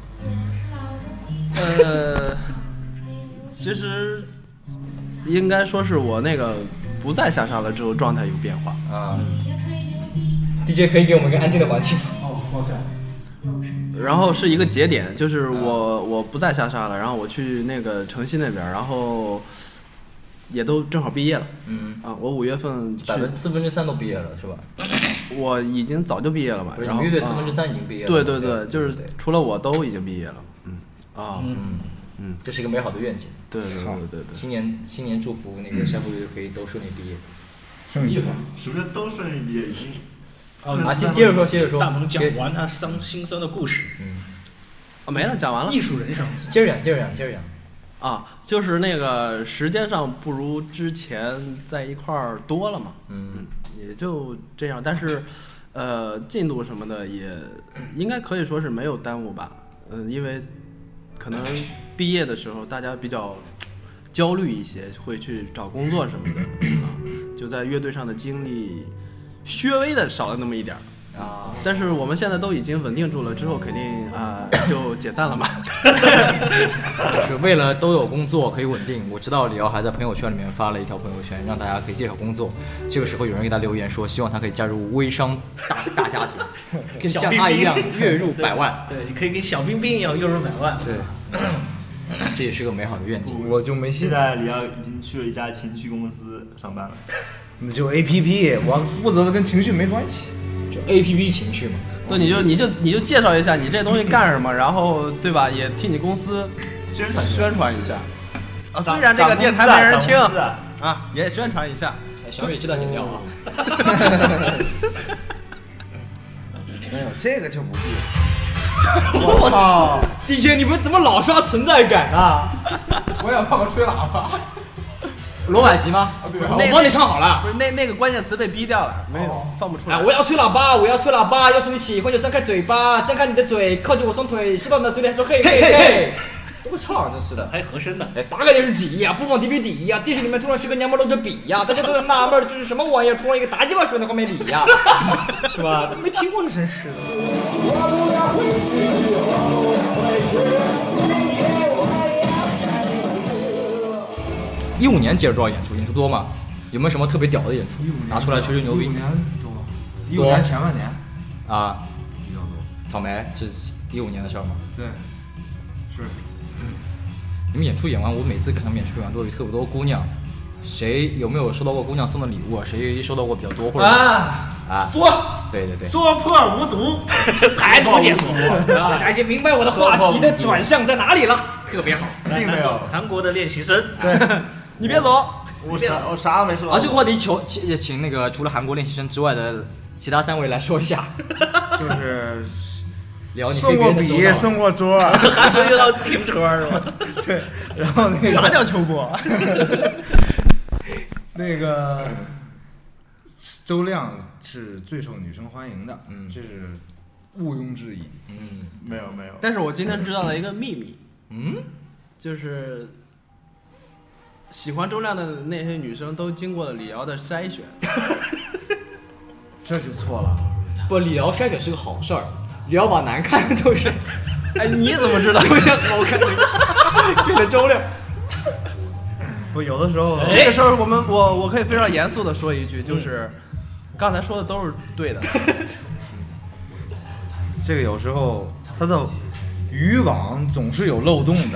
呃，其实应该说是我那个不再下沙了之后状态有变化啊。D J 可以给我们一个安静的环境。 哦，抱歉。 然后是一个节点，就是我我不再下沙了，然后我去那个城西那边，然后也都正好毕业了。 嗯啊，我五月份百分之四分之三都毕业了是吧？ 我已经早就毕业了嘛。然后乐队四分之三已经毕业了。 对对对，就是除了我都已经毕业了。嗯啊嗯嗯，这是一个美好的愿景。 对对对对对。 新年新年祝福那个山富乐队可以都顺利毕业。 什么意思？ 什么叫都顺利毕业？已经啊，接接着说，接着说。 大萌讲完他伤心酸的故事。 嗯。 啊，没了，讲完了。 艺术人生。 接着讲，接着讲，接着讲。 啊，就是那个时间上不如之前在一块儿多了嘛， 嗯， 也就这样。但是，呃，进度什么的也应该可以说是没有耽误吧。嗯、呃，因为可能毕业的时候大家比较焦虑一些，会去找工作什么的啊，就在乐队上的精力稍微的少了那么一点儿。啊！但是我们现在都已经稳定住了，之后肯定啊、呃、就解散了嘛。 是为了都有工作可以稳定。我知道李瑶还在朋友圈里面发了一条朋友圈，让大家可以介绍工作。这个时候有人给他留言说，希望他可以加入微商大大家庭，跟像他一样月入百万。 对，你可以跟小冰冰一样月入百万。 对，这也是个美好的愿景。 我就没信。 现在李瑶已经去了一家情趣公司上班了。 那就 A P P， 我负责的跟情绪没关系。 就 A P P 情绪嘛， 对，你就你就你就介绍一下你这东西干什么，然后对吧，也替你公司宣传宣传一下。啊，虽然这个电台没人听啊，也宣传一下。 小雨知道剪掉啊。 没有这个就不必。我操 ，D J 你们怎么老刷存在感啊？ 我想放个吹喇叭。 罗百吉吗？ 啊、对我帮你唱好了。 不是那那个关键词被逼掉了，没有、哦、放不出来。 哎，我要吹喇叭，我要吹喇叭。要是你喜欢就张开嘴巴，张开你的嘴，靠近我双腿，吸到你的嘴里，说嘿嘿嘿。 多唱真是的。 还有和声的， 哎，打开电视机呀，播放 D V D 呀，电视里面突然是个娘们露着笔呀，大家都在纳闷这是什么玩意儿，突然一个大鸡巴水在后面理呀，是吧？没听过这真是的。一五年接着多少演出？演出多吗？有没有什么特别屌的演出？拿出来吹吹牛逼。 一五年多，一五年前半年啊， 比较多。 草莓是一五年的事儿吗？ 对，是。 嗯，你们演出演完，我每次看他们演出演完都有特别多姑娘，谁有没有收到过姑娘送的礼物啊？谁收到过比较多或者啊啊？ 说， 对对对， 说破无毒，排毒解毒，大家已经明白我的话题的转向在哪里了，特别好， 并没有韩国的练习生， 对，你别走， 我啥我啥都没说。 啊，这个话题求请请那个除了韩国练习生之外的其他三位来说一下， 就是聊你送过笔，送过桌， 还是遇到自行车是吧？ 对，然后那个啥叫秋波？ 那个周亮是最受女生欢迎的，嗯，这是毋庸置疑。 嗯， 没有没有。 但是我今天知道了一个秘密， 嗯， 就是喜欢周亮的那些女生都经过了李瑶的筛选， 这就错了。 不，李瑶筛选是个好事儿，李瑶把难看的都是， 哎，你怎么知道？ 都是好看的，给了周亮。 不，有的时候这个时候我们我我可以非常严肃的说一句，就是刚才说的都是对的。 这个有时候他的渔网总是有漏洞的。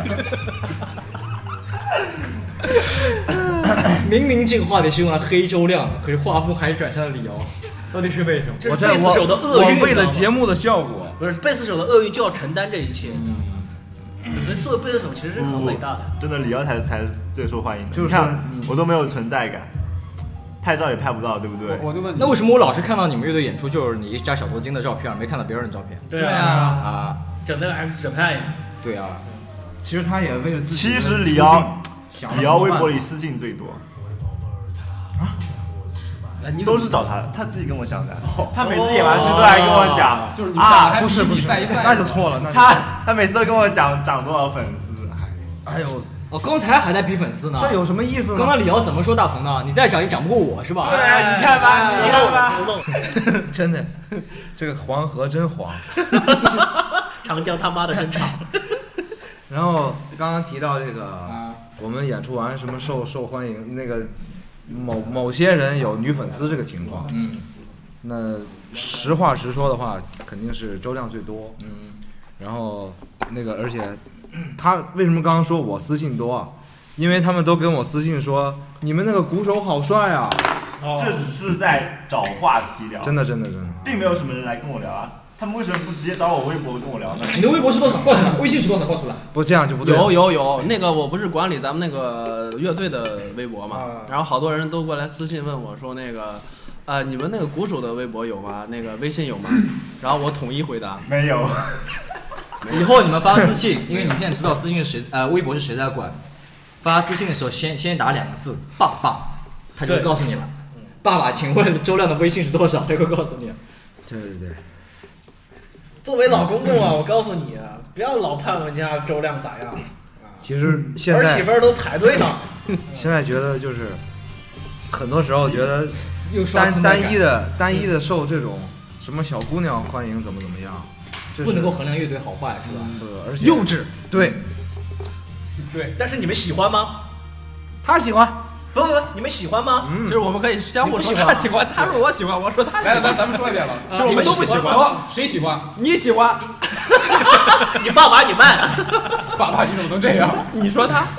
明明这个话题是用来黑周亮的，可是画风还是转向了李瑶，到底是为什么？ 这是贝斯手的厄运， 我为了节目的效果， 不是贝斯手的厄运就要承担这一切。所以作为贝斯手其实是很伟大的。 真的，李瑶才才是最受欢迎的。 就是你看我都没有存在感，拍照也拍不到，对不对？ 我就问， 那为什么我老是看到你们乐队演出就是你扎小头巾的照片，没看到别人的照片？ 对啊， 啊， 整那个 X Japan 呀。 对啊， 其实他也为了自己。 其实李瑶，李瑶微博里私信最多。 啊？ 都是找他，他自己跟我讲的。他每次演完出都来跟我讲， 就是你啊， 不是不是，那就错了。 他他每次都跟我讲涨多少粉丝。 哎呦， 哦，刚才还在比粉丝呢， 这有什么意思呢？ 刚刚李瑶怎么说大鹏的？你再涨也涨不过我是吧？ 对，你看吧，你看吧， 真的，这个黄河真黄， 长江他妈的真长。 然后刚刚提到这个，我们演出完什么受受欢迎，那个某某些人有女粉丝这个情况， 嗯， 那实话实说的话，肯定是周亮最多， 嗯， 然后那个而且。他为什么刚刚说我私信多啊？因为他们都跟我私信说你们那个鼓手好帅啊！ 这只是在找话题聊， 真的真的真的， 并没有什么人来跟我聊啊。他们为什么不直接找我微博跟我聊呢？ 你的微博是多少？报出来，微信是多少？报出来。 不这样就不对了。 有有有，那个我不是管理咱们那个乐队的微博嘛，然后好多人都过来私信问我说那个，呃，你们那个鼓手的微博有吗？那个微信有吗？然后我统一回答没有。 以后你们发私信，因为你现在知道私信是谁，呃，微博是谁在管。发私信的时候先先打两个字“爸爸”，他就会告诉你了。爸爸，请问周亮的微信是多少？他会告诉你。 对对对。 作为老公公啊，我告诉你啊，不要老盼人家周亮咋样。 其实现在儿媳妇都排队呢。 现在觉得就是很多时候觉得单单一的单一的受这种什么小姑娘欢迎怎么怎么样。 不能够衡量乐队好坏，是吧？ 嗯、而且幼稚， 对， 对。但是你们喜欢吗？ 他喜欢， 不不不，你们喜欢吗？ 嗯，就是我们可以相互说，他喜欢，他说我喜欢，我说他喜欢。 来来，咱们说一遍吧。 就是我们都不喜欢。 谁喜欢？ 你喜欢。 你爸爸你慢。 爸爸你怎么能这样？ 你说他。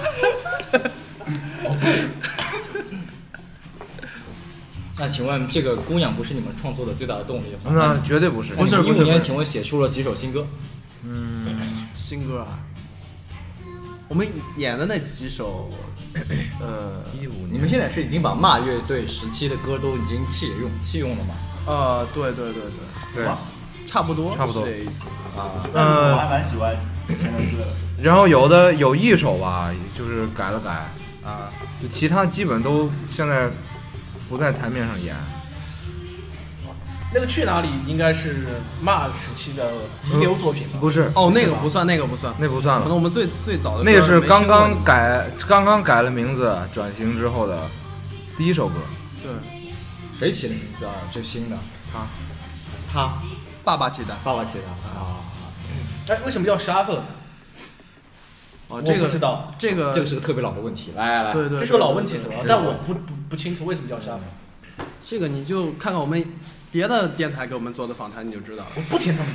那请问这个姑娘不是你们创作的最大的动力吗？ 那绝对不是。 不是一五年，请问写出了几首新歌？ 嗯，新歌啊，我们演的那几首，呃， 一五年， 你们现在是已经把骂乐队时期的歌都已经弃用弃用了吗？ 呃，对对对对对， 差不多， 差不多这意思啊。 呃，我还蛮喜欢以前的歌。 然后有的有一首吧，就是改了改啊，就其他基本都现在。不在台面上演， 那个去哪里应该是骂时期的遗留作品吧？ 不是哦，那个不算，那个不算， 那不算了。 可能我们最最早的那个是刚刚改，刚刚改了名字，转型之后的第一首歌。 对， 谁起的名字啊？这新的，他，他， 爸爸起的， 爸爸起的啊。 哎，为什么叫 shuffle？ 哦，这个我不知道， 这个这个是个特别老的问题。来来来， 对对， 这是个老问题是吧？但我不不不清楚为什么叫 shuffle。 这个你就看看我们别的电台给我们做的访谈，你就知道了。 我不听他们。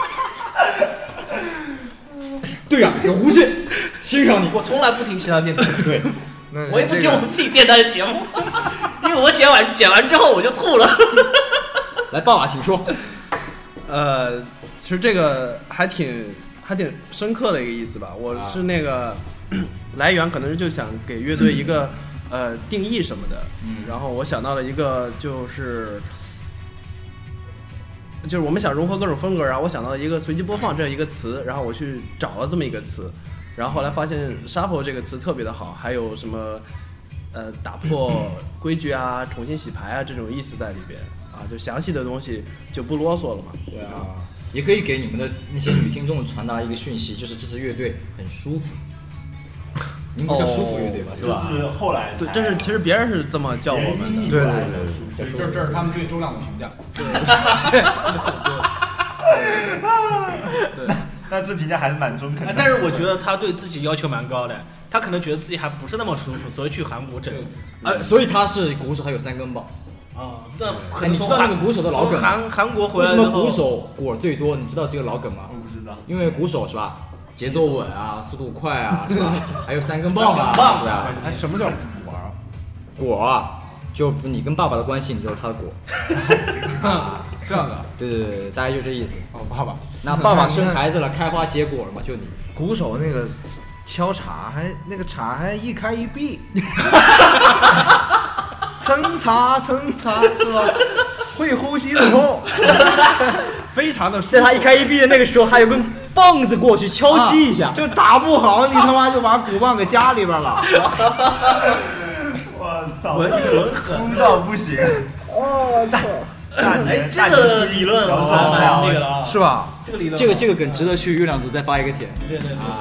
对呀、啊，有骨气，欣赏你。 我从来不听其他电台。 对， 我也不听我们自己电台的节目，因为我剪完剪完之后我就吐了。 来，爸爸请说。 呃，其实这个还挺还挺深刻的一个意思吧。我是那个、啊、来源可能是就想给乐队一个。呃，定义什么的，嗯，然后我想到了一个，就是就是我们想融合各种风格，然后我想到了一个随机播放这一个词，然后我去找了这么一个词，然后后来发现 shuffle 这个词特别的好，还有什么呃打破规矩啊、重新洗牌啊这种意思在里边啊，就详细的东西就不啰嗦了嘛。 对啊，也可以给你们的那些女听众传达一个讯息，就是这支乐队很舒服。你们比较舒服乐队吧，是吧？ 就是后来， 对，这是其实别人是这么叫我们的， 对对对， 这这是他们对周亮的评价。 对，但这评价还是蛮中肯的。 但是我觉得他对自己要求蛮高的，他可能觉得自己还不是那么舒服，所以去韩国整。 呃，所以他是鼓手，还有三根棒。 啊，那可能你知道那个鼓手的老梗？ 韩韩国回来为什么鼓手果最多？你知道这个老梗吗？ 我不知道。 因为鼓手是吧？节奏稳啊，速度快啊，是吧？还有三根棒啊，对吧？ 哎，什么叫果啊？ 果啊，就你跟爸爸的关系，你就是他的果。 这样的？ 对对对，大概就这意思。 哦，爸爸。 那爸爸生孩子了，开花结果了嘛，就你。 鼓手那个敲镲还那个镲还一开一闭，蹭镲蹭镲是吧？会呼吸的痛， 非常的舒服。 在他一开一闭的那个时候，还有根棒子过去敲击一下， 啊、就打不好，你他妈就把鼓棒给夹里边了。 我操， 稳准狠， 疯到不行。 哦，大大哎，这个理论我还蛮那个了啊， 是吧？ 这个理论， 这个这个梗值得去月亮组再发一个帖。 对对对。啊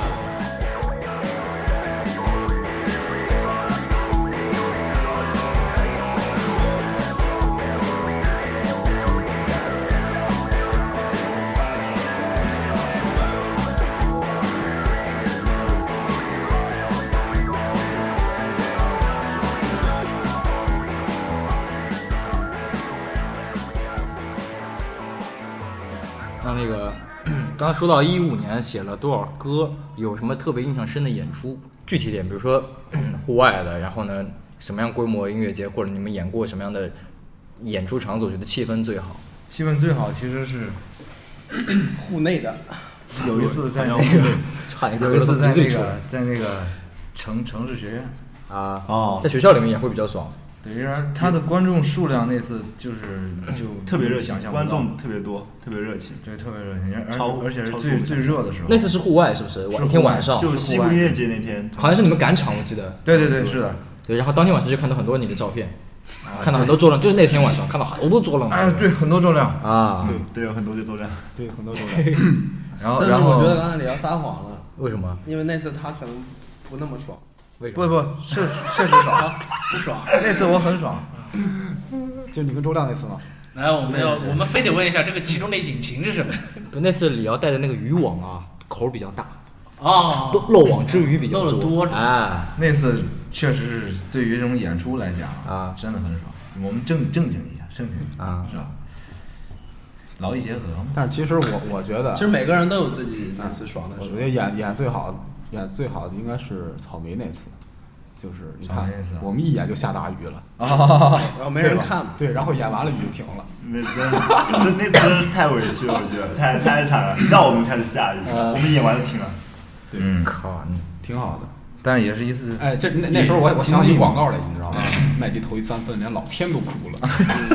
那那个，刚刚说到一五年写了多少歌，有什么特别印象深的演出？具体点，比如说户外的，然后呢，什么样规模音乐节，或者你们演过什么样的演出场所，觉得气氛最好？ 气氛最好其实是户内的。 有一次在那个，有一次在那个在那个城城市学院啊， 哦， 在学校里面演会比较爽。 对，然后他的观众数量那次就是就特别热情，观众特别多，特别热情， 对，特别热情， 超而且是最最热的时候。 那次是户外是不是？一天晚上， 就是西湖音乐节那天， 好像是你们赶场，我记得。 对对对，是的。 对，然后当天晚上就看到很多你的照片，看到很多周亮，就是那天晚上看到好多周亮。 哎，对，很多周亮啊， 对对，有很多周亮， 对，很多周亮。 然后， 但是然后我觉得刚才李瑶撒谎了。 为什么？ 因为那次他可能不那么爽。 为什么？ 不不，是确实爽， 不爽。 那次我很爽。 就你跟周亮那次吗？ 来，我们要我们非得问一下，这个其中的引擎是什么？ 不，那次李瑶带的那个渔网啊，口比较大。 哦。 漏网之鱼比较多。漏的多。 哎，那次确实是对于这种演出来讲啊， 真的很爽。我们正正经一下，正经啊， 是吧？劳逸结合。 但是其实我我觉得， 其实每个人都有自己那次爽的时候。 我觉得演演最好演最好的应该是草莓那次。就是你看，我们一演就下大雨了， 哦、然后没人看嘛。 对，然后演完了雨就停了。 那真，这那次太委屈了，我觉得太太惨了，让我们开始下雨，呃、我们演完就停了。 对， 嗯， 靠，挺好的， 但也是一次。 哎，这那那时候我我想起广告来，你知道吗？麦迪投一三分，连老天都哭了。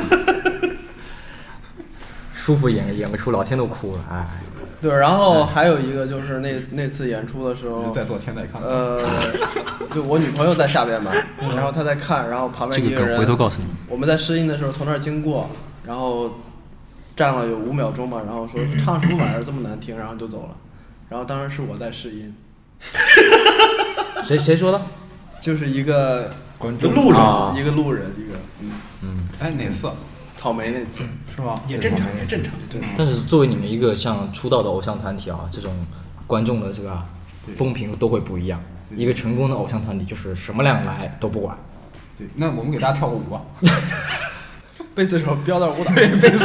舒服演演个出，老天都哭了，哎。 对，然后还有一个就是那那次演出的时候， 在座天在看， 呃，就我女朋友在下边嘛，然后她在看，然后旁边一个人， 回头告诉你， 我们在试音的时候从那儿经过，然后站了有五秒钟吧，然后说唱什么玩意儿这么难听，然后就走了。然后当时是我在试音。 谁谁说的？ 就是一个观众路人、 啊， 一个路人，一个嗯嗯。哎，哪次？ 草莓那次是吗？ 也正常，也正常。 对。 但是作为你们一个像出道的偶像团体啊，这种观众的这个风评都会不一样。一个成功的偶像团体就是什么量来都不管。 对，那我们给大家跳个舞吧。 贝斯手飙到舞蹈。 对，贝斯手。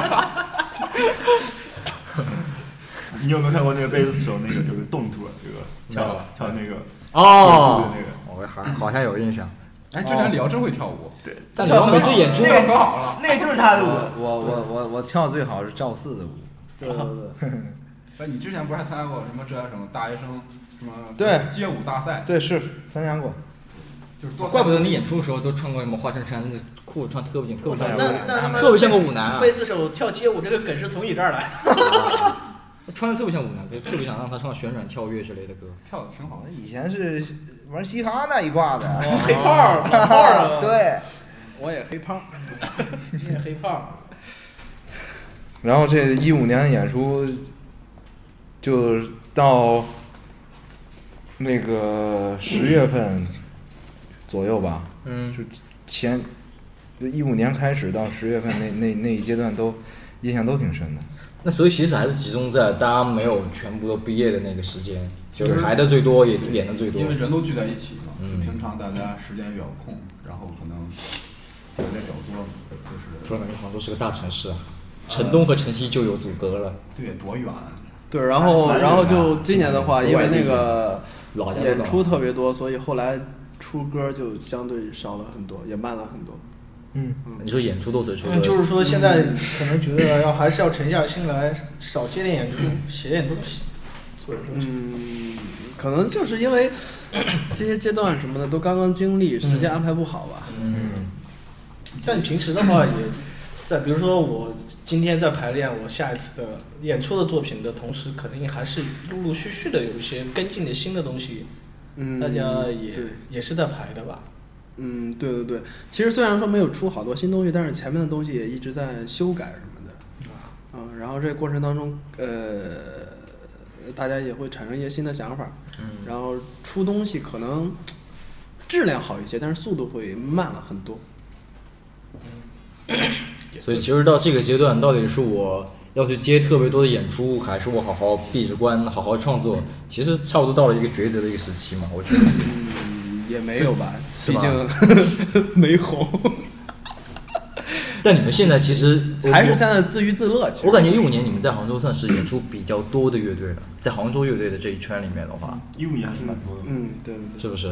你有没有看过那个贝斯手那个有个动图，这个跳跳那个哦，那个我还好像有印象。 哎，之前李瑶真会跳舞， 对， 但李瑶每次演出那个可好了， 那个就是他的舞。 我我我我跳最好是赵四的舞。 对对对。 哎，你之前不是还参加过什么浙江省大学生什么对街舞大赛？ 对，是参加过。 就是怪不得你演出的时候都穿过什么花衬衫，那裤子穿特别紧，特别像那那他们特别像个舞男啊。 贝斯手跳街舞这个梗是从你这儿来的。 穿的特别像舞男，就特别想让他唱旋转跳跃之类的歌， 跳的挺好的。 以前是玩嘻哈那一挂的， 哦、黑炮，黑炮啊！ 对， 我也黑炮， 你也黑炮。 然后这一五年演出，就到那个十月份左右吧， 嗯， 就前就一五年开始到十月份那那那一阶段都印象都挺深的。 那所以其实还是集中在大家没有全部都毕业的那个时间，就是来的最多，也演的最多。 因为人都聚在一起嘛， 嗯， 平常大家时间比较空，然后可能条件比较多，就是突然感觉杭州是个大城市啊，城东和城西就有阻隔了。 对，多远？ 对，然后然后就今年的话，因为那个演出特别多，所以后来出歌就相对少了很多，也慢了很多。 嗯，你说演出都最出的， 嗯，就是说现在可能觉得要还是要沉下心来，少接点演出，写点东西，做点东西。 嗯，可能就是因为这些阶段什么的都刚刚经历，时间安排不好吧。 嗯， 但你平时的话也在，比如说我今天在排练我下一次的演出的作品的同时，肯定还是陆陆续续的有一些跟进的新的东西， 嗯， 大家也也是在排的吧。 嗯，对对对，其实虽然说没有出好多新东西，但是前面的东西也一直在修改什么的，嗯，然后这个过程当中，呃，大家也会产生一些新的想法， 嗯， 然后出东西可能质量好一些，但是速度会慢了很多。 嗯，所以其实到这个阶段，到底是我要去接特别多的演出，还是我好好闭着关，好好创作？其实差不多到了一个抉择的一个时期嘛，我觉得是。 嗯，也没有吧。毕竟没红， 但你们现在其实还是在那自娱自乐。 我感觉一五年你们在杭州算是演出比较多的乐队了，在杭州乐队的这一圈里面的话， 一五年还是蛮多的。 嗯，对对对， 是不是？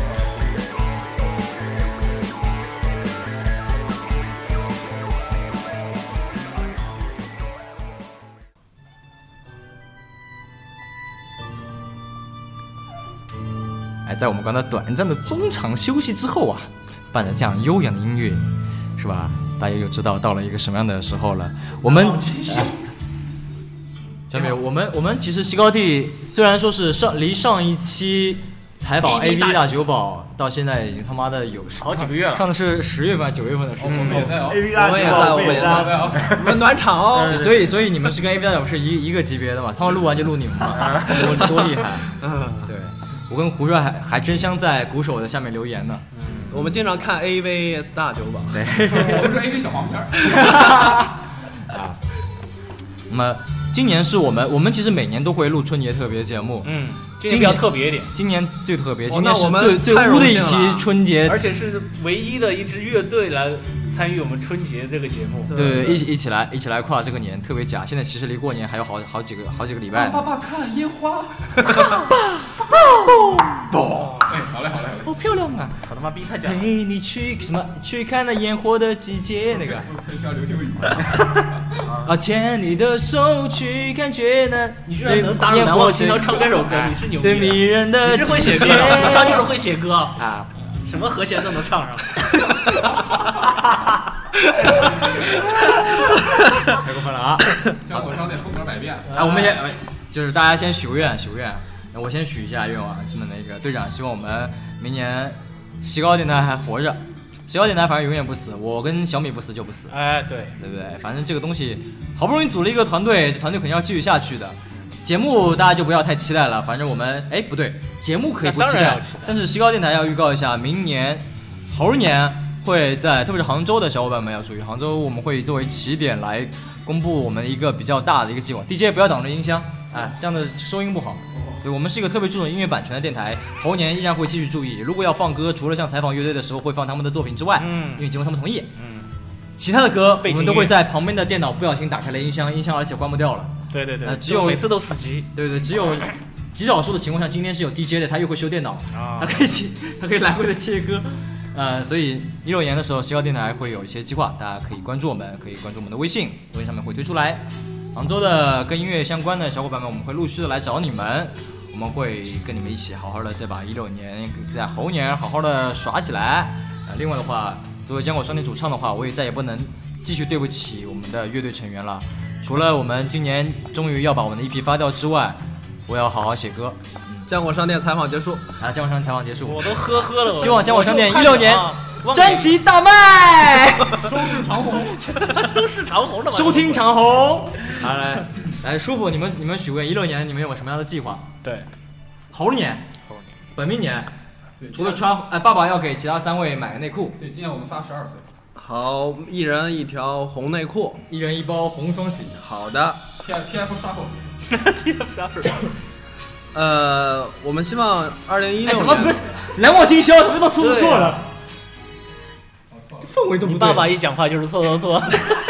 哎，在我们刚才短暂的中场休息之后啊，伴着这样悠扬的音乐，是吧？大家就知道到了一个什么样的时候了。我们，下面我们我们其实西高地虽然说是上离上一期采访 A V 大酒保到现在已经他妈的有好几个月了， 上的是十月份九月份的事情。 我们也在哦 ，A V 大酒保，我们也在，我们暖场哦。 所以所以你们是跟 A V 大酒保是一一个级别的嘛？他们录完就录你们嘛，多多厉害！嗯，对。我跟胡帅还还真相在鼓手的下面留言呢。 嗯，我们经常看 A V 大酒保。 对， 我是 A V 小黄片儿。 啊，那么今年是我们我们其实每年都会录春节特别节目。 嗯，今年比较特别一点。 今年最特别， 哦、 今年是最最污的一期春节， 而且是唯一的一支乐队来参与我们春节这个节目。 对，一一起来一起来跨这个年，特别假。现在其实离过年还有好好几个好几个礼拜。 爸爸看烟花。 咚！ 哎，好嘞好嘞好嘞， 好漂亮啊！ 操他妈逼太假了！ 陪你去什么？去看那烟火的季节那个。 像流星雨啊，牵你的手去感觉那。 你居然能打入难忘今宵唱这首歌，你是牛逼！ 最迷人的你是会写歌的，主唱就是会写歌啊， 什么和弦都能唱上。 太过分了啊！ 江湖商店风格百变。 啊，我们也就是大家先许个愿，许个愿。那我先许一下愿望，这么那个队长希望我们明年西高电台还活着， 西高电台反正永远不死，我跟小米不死就不死。 哎，对， 对不对？反正这个东西好不容易组了一个团队，这团队肯定要继续下去的。节目大家就不要太期待了，反正我们哎不对，节目可以不期待， 期待但是西高电台要预告一下，明年猴年会在特别是杭州的小伙伴们要注意，杭州我们会作为起点来公布我们一个比较大的一个计划。D J 不要挡着音箱，哎，这样的收音不好。对，我们是一个特别注重音乐版权的电台，猴年依然会继续注意。如果要放歌，除了像采访乐队的时候会放他们的作品之外， 嗯， 因为经过他们同意， 嗯， 其他的歌我们都会在在旁边的电脑不小心打开了音箱，音箱而且关不掉了。 对对对， 呃，只有每次都死机。 对对，只有极少数的情况下，今天是有 D J 的，他又会修电脑， 啊， 他可以他可以来回的切歌。呃，所以一六年的时候，西高电台会有一些计划，大家可以关注我们，可以关注我们的微信，微信上面会推出来。杭州的跟音乐相关的小伙伴们，我们会陆续的来找你们，我们会跟你们一起好好的再把一六年在猴年好好的耍起来。呃，另外的话，作为浆果商店主唱的话，我也再也不能继续对不起我们的乐队成员了。除了我们今年终于要把我们的 E P 发掉之外，我要好好写歌。 浆果商店采访结束啊！浆果商店采访结束， 我都呵呵了。 希望浆果商店一六年专辑大卖， 收视长虹， 收视长虹了， 收听长虹。好，来来，叔父，你们你们许愿，一六年你们有什么样的计划？ 对， 猴年， 猴年， 本命年，除了穿，哎，爸爸要给其他三位买个内裤。 对，今年我们仨十二岁。 好，一人一条红内裤， 一人一包红双喜。 好的。 T T F Shuffles。T F Shuffles。呃，我们希望二零一六年。 怎么不是难忘今宵？怎么都出错了？氛围都不对。 爸爸一讲话就是错错错。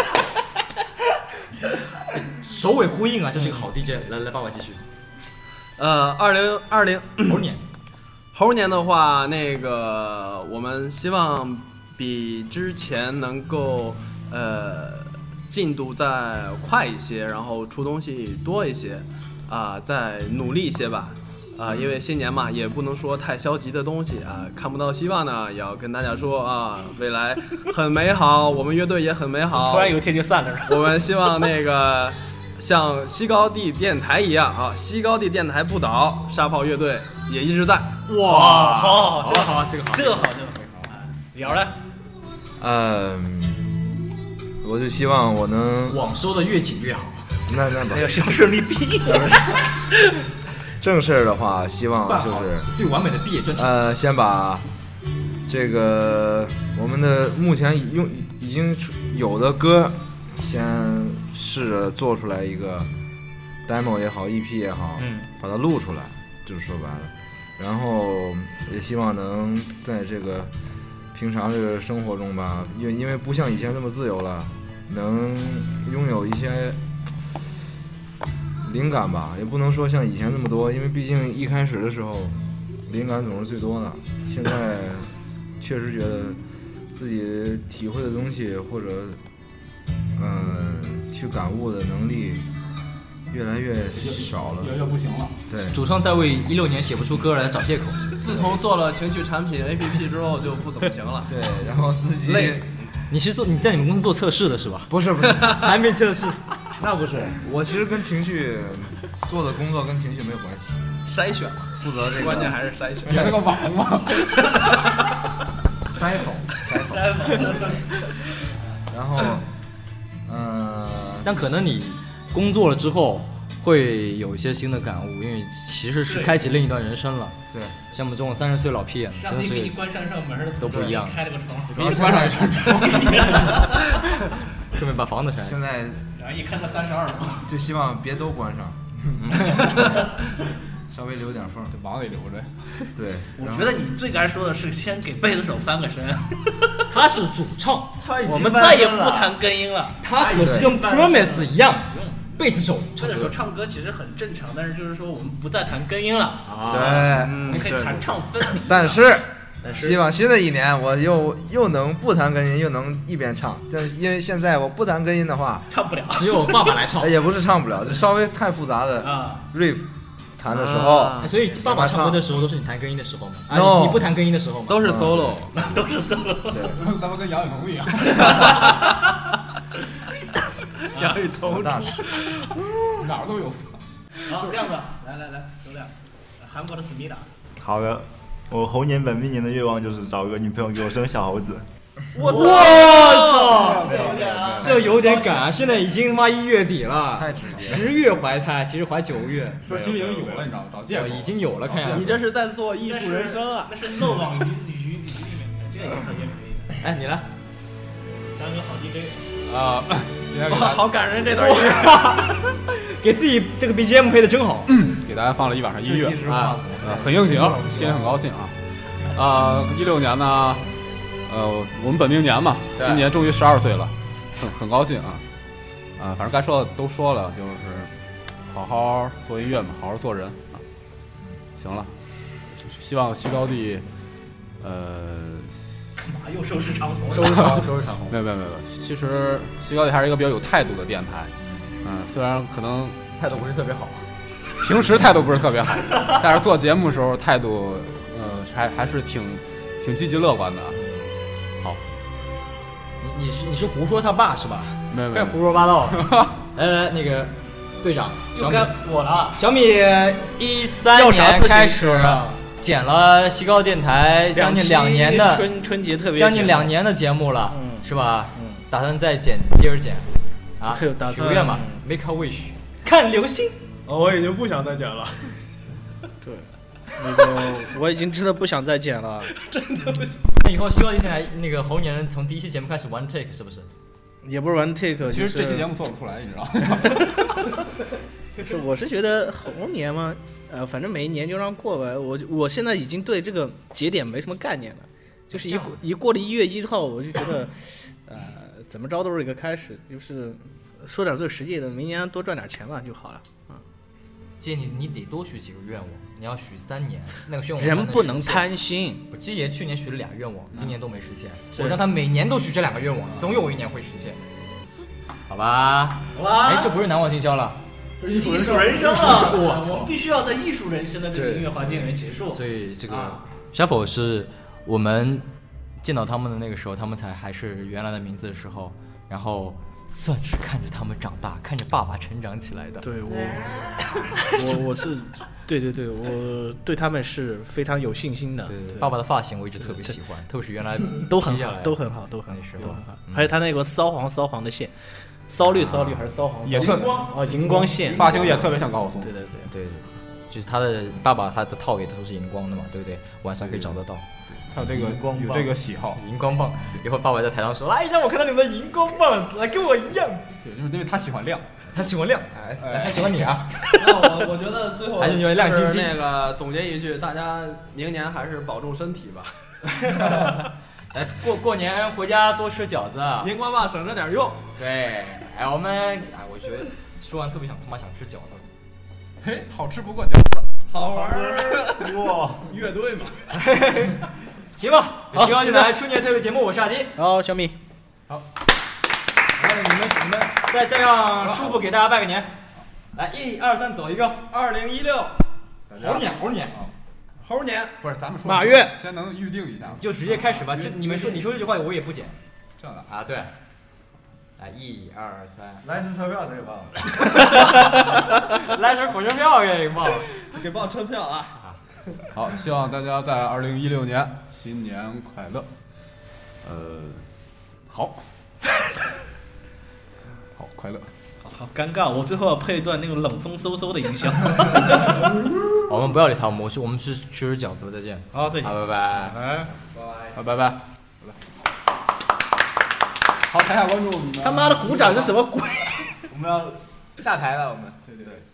首尾呼应啊，这是个好 D J。来来，爸爸继续。 呃，二零二零猴年， 猴年的话，那个我们希望比之前能够呃进度再快一些，然后出东西多一些。啊、呃，再努力一些吧，啊、呃，因为新年嘛，也不能说太消极的东西啊、呃，看不到希望呢，也要跟大家说啊，未来很美好，我们乐队也很美好。 突然有一天就散了。 我们希望那个像西高地电台一样啊，西高地电台不倒，沙炮乐队也一直在。 哇， 好好， 这个好，这个好， 这个好，这个好。聊了， 嗯，我就希望我能网收的越紧越好。 那那不， 还有销顺利毕业。 正事儿的话，希望就是最完美的毕业专场。 呃，先把这个我们的目前用已经有的歌，先试着做出来一个 demo 也好 ，E P 也好， 嗯， 把它录出来，就是说白了。然后也希望能在这个平常这个生活中吧，因为因为不像以前那么自由了，能拥有一些灵感吧，也不能说像以前那么多，因为毕竟一开始的时候灵感总是最多的。现在确实觉得自己体会的东西或者嗯、呃、去感悟的能力越来越少了， 越越不行了。 对， 主唱在为一六年写不出歌来找借口。 自从做了情趣产品 A P P 之后就不怎么行了。 对，然后自己累。 你是做你在你们公司做测试的是吧？ 不是不是， 产品测试。 那不是，我其实跟情绪做的工作跟情绪没有关系， 筛选， 负责这个， 关键还是筛选。 你那个网吗？ 筛否，筛否。然后，嗯、呃， 但可能你工作了之后会有一些新的感悟，因为其实是开启另一段人生了。 对， 像我们这种三十岁老屁眼，真的是给你关上上门的都不一样， 开了个窗， 主要关上一扇窗， 顺便把房子拆。 现在。 然后一看到三十二了， 就希望别都关上，稍微留点缝， 网里留着。 对， 我觉得你最该说的是先给贝斯手翻个身。 他是主唱， 我们再也不谈根音了。 他可是跟 Promise 一样，贝斯手。 贝斯手唱歌其实很正常，但是就是说我们不再谈根音了啊。 对， 我们可以弹唱分离。 但是。希望新的一年我又又能不弹根音，又能一边唱。但是因为现在我不弹根音的话， 唱不了， 只有爸爸来唱。 也不是唱不了，就稍微太复杂的 riff 弹的时候、啊， 所以爸爸唱歌的时候都是你弹根音的时候吗？ No， 啊、你不弹根音的时候吗？ 都是 solo，、 嗯、都是 solo。 对， 咱们跟杨雨桐一样。 杨雨桐大师， 哪儿都有。 好，亮子，来来来，周亮，韩国的思密达。 好的。我猴年本命年的愿望就是找个女朋友给我生小猴子。 我操！这有点赶啊！现在已经他妈一月底了， 太直接。 十月怀胎，其实怀九个月。 说其实已经有了，你知道吗？找借口。 已经有了，看样子。 你这是在做艺术人生啊？ 那是漏网鱼鱼鱼鱼里面，这个也可以也可以的。 哎，你来， 当个好 D J 啊！今天哇，好感人这段音乐， 给自己这个 B G M 配的真好。 嗯，给大家放了一晚上音乐啊，很应景，心里很高兴啊。啊，一六年呢，呃，我们本命年嘛，今年终于十二岁了，很很高兴啊。啊，反正该说的都说了，就是好好做音乐嘛，好好做人啊。行了，希望徐高地，呃， 干嘛又收拾长虹？ 收拾长虹，收拾长虹。 没有没有没有，其实徐高地还是一个比较有态度的电台，嗯，虽然可能态度不是特别好， 平时态度不是特别好，但是做节目的时候态度，呃，还还是挺挺积极乐观的。好， 你你是你是胡说他爸是吧？ 没有没有， 快胡说八道！来来来，那个队长，小米， 我了。 小米一三年开始剪了西高电台将近两年的春春节特别将近两年的节目了， 嗯， 是吧？ 嗯， 打算再剪，接着剪，啊， 打许个愿嘛 ，Make a wish， 看流星。 哦，我已经不想再剪了。 对，那个我已经真的不想再剪了， 真的不想。 那以后西高电台那个猴年从第一期节目开始 one take 是不是？ 也不是 one take， 其实这期节目做不出来，你知道吗？ 是，我是觉得猴年嘛，呃，反正每一年就让过呗。我我现在已经对这个节点没什么概念了，就是一过一过了一月一号，我就觉得，呃，怎么着都是一个开始，就是说点最实际的，明年多赚点钱嘛就好了。啊， 建议你得多许几个愿望，你要许三年，那个愿望人不能贪心。 不，基爷去年许了俩愿望，今年都没实现，我让他每年都许这两个愿望，总有一年会实现。好吧， 好吧， 哎，这不是难忘今宵了。 艺术人生了， 我我们必须要在艺术人生的这个音乐环境里面结束。 所以这个啊 Shuffle 是我们见到他们的那个时候，他们才还是原来的名字的时候，然后算是看着他们长大，看着爸爸成长起来的。 对我，我我是，对对对，我对他们是非常有信心的。 对对，爸爸的发型我一直特别喜欢，特别是原来都很好，都很好，都很好，都很好。还有他那个骚黄骚黄的线。骚绿骚绿还是骚黄？ 也特哦，荧光线， 发型也特别像高晓松。 对对对对对，就是他的爸爸，他的套也都是荧光的嘛，对不对？晚上可以找得到。 他有这个有这个喜好， 荧光棒。以后爸爸在台上说：“来，让我看到你们的荧光棒，来跟我一样。” 对，就是因为他喜欢亮， 他喜欢亮，哎，还喜欢你啊。 那我我觉得最后还是你们亮晶晶。 那个总结一句，大家明年还是保重身体吧。 哎，过过年回家多吃饺子， 荧光棒省着点用。 对，哎，我们哎，我觉得说完特别想他妈想吃饺子。 嘿，好吃不过饺子， 好玩儿。哇，乐队嘛。 行吧，希望你来春节特别节目，我是阿迪。 好，小米。 好，来你们你们再再让叔父给大家拜个年。来，一二三，走一个。 二零一六， 猴年猴年。 猴年不是咱们说马月， 先能预定一下， 就直接开始吧。这你们说你说这句话我也不剪， 这样的啊对。来一二三， 来次车票谁给报？ 来张火车票给报， 给报车票啊！ 好，希望大家在二零一六年新年快乐。呃，好，好快乐。 好尴尬，我最后要配一段那个冷风嗖嗖的音效。 我们不要理他，我们是我们是去吃饺子，再见。 好，再见。 好，拜拜。 拜拜拜拜。好，台下观众， 他妈的鼓掌是什么鬼？ 我们要下台了，我们。对对对。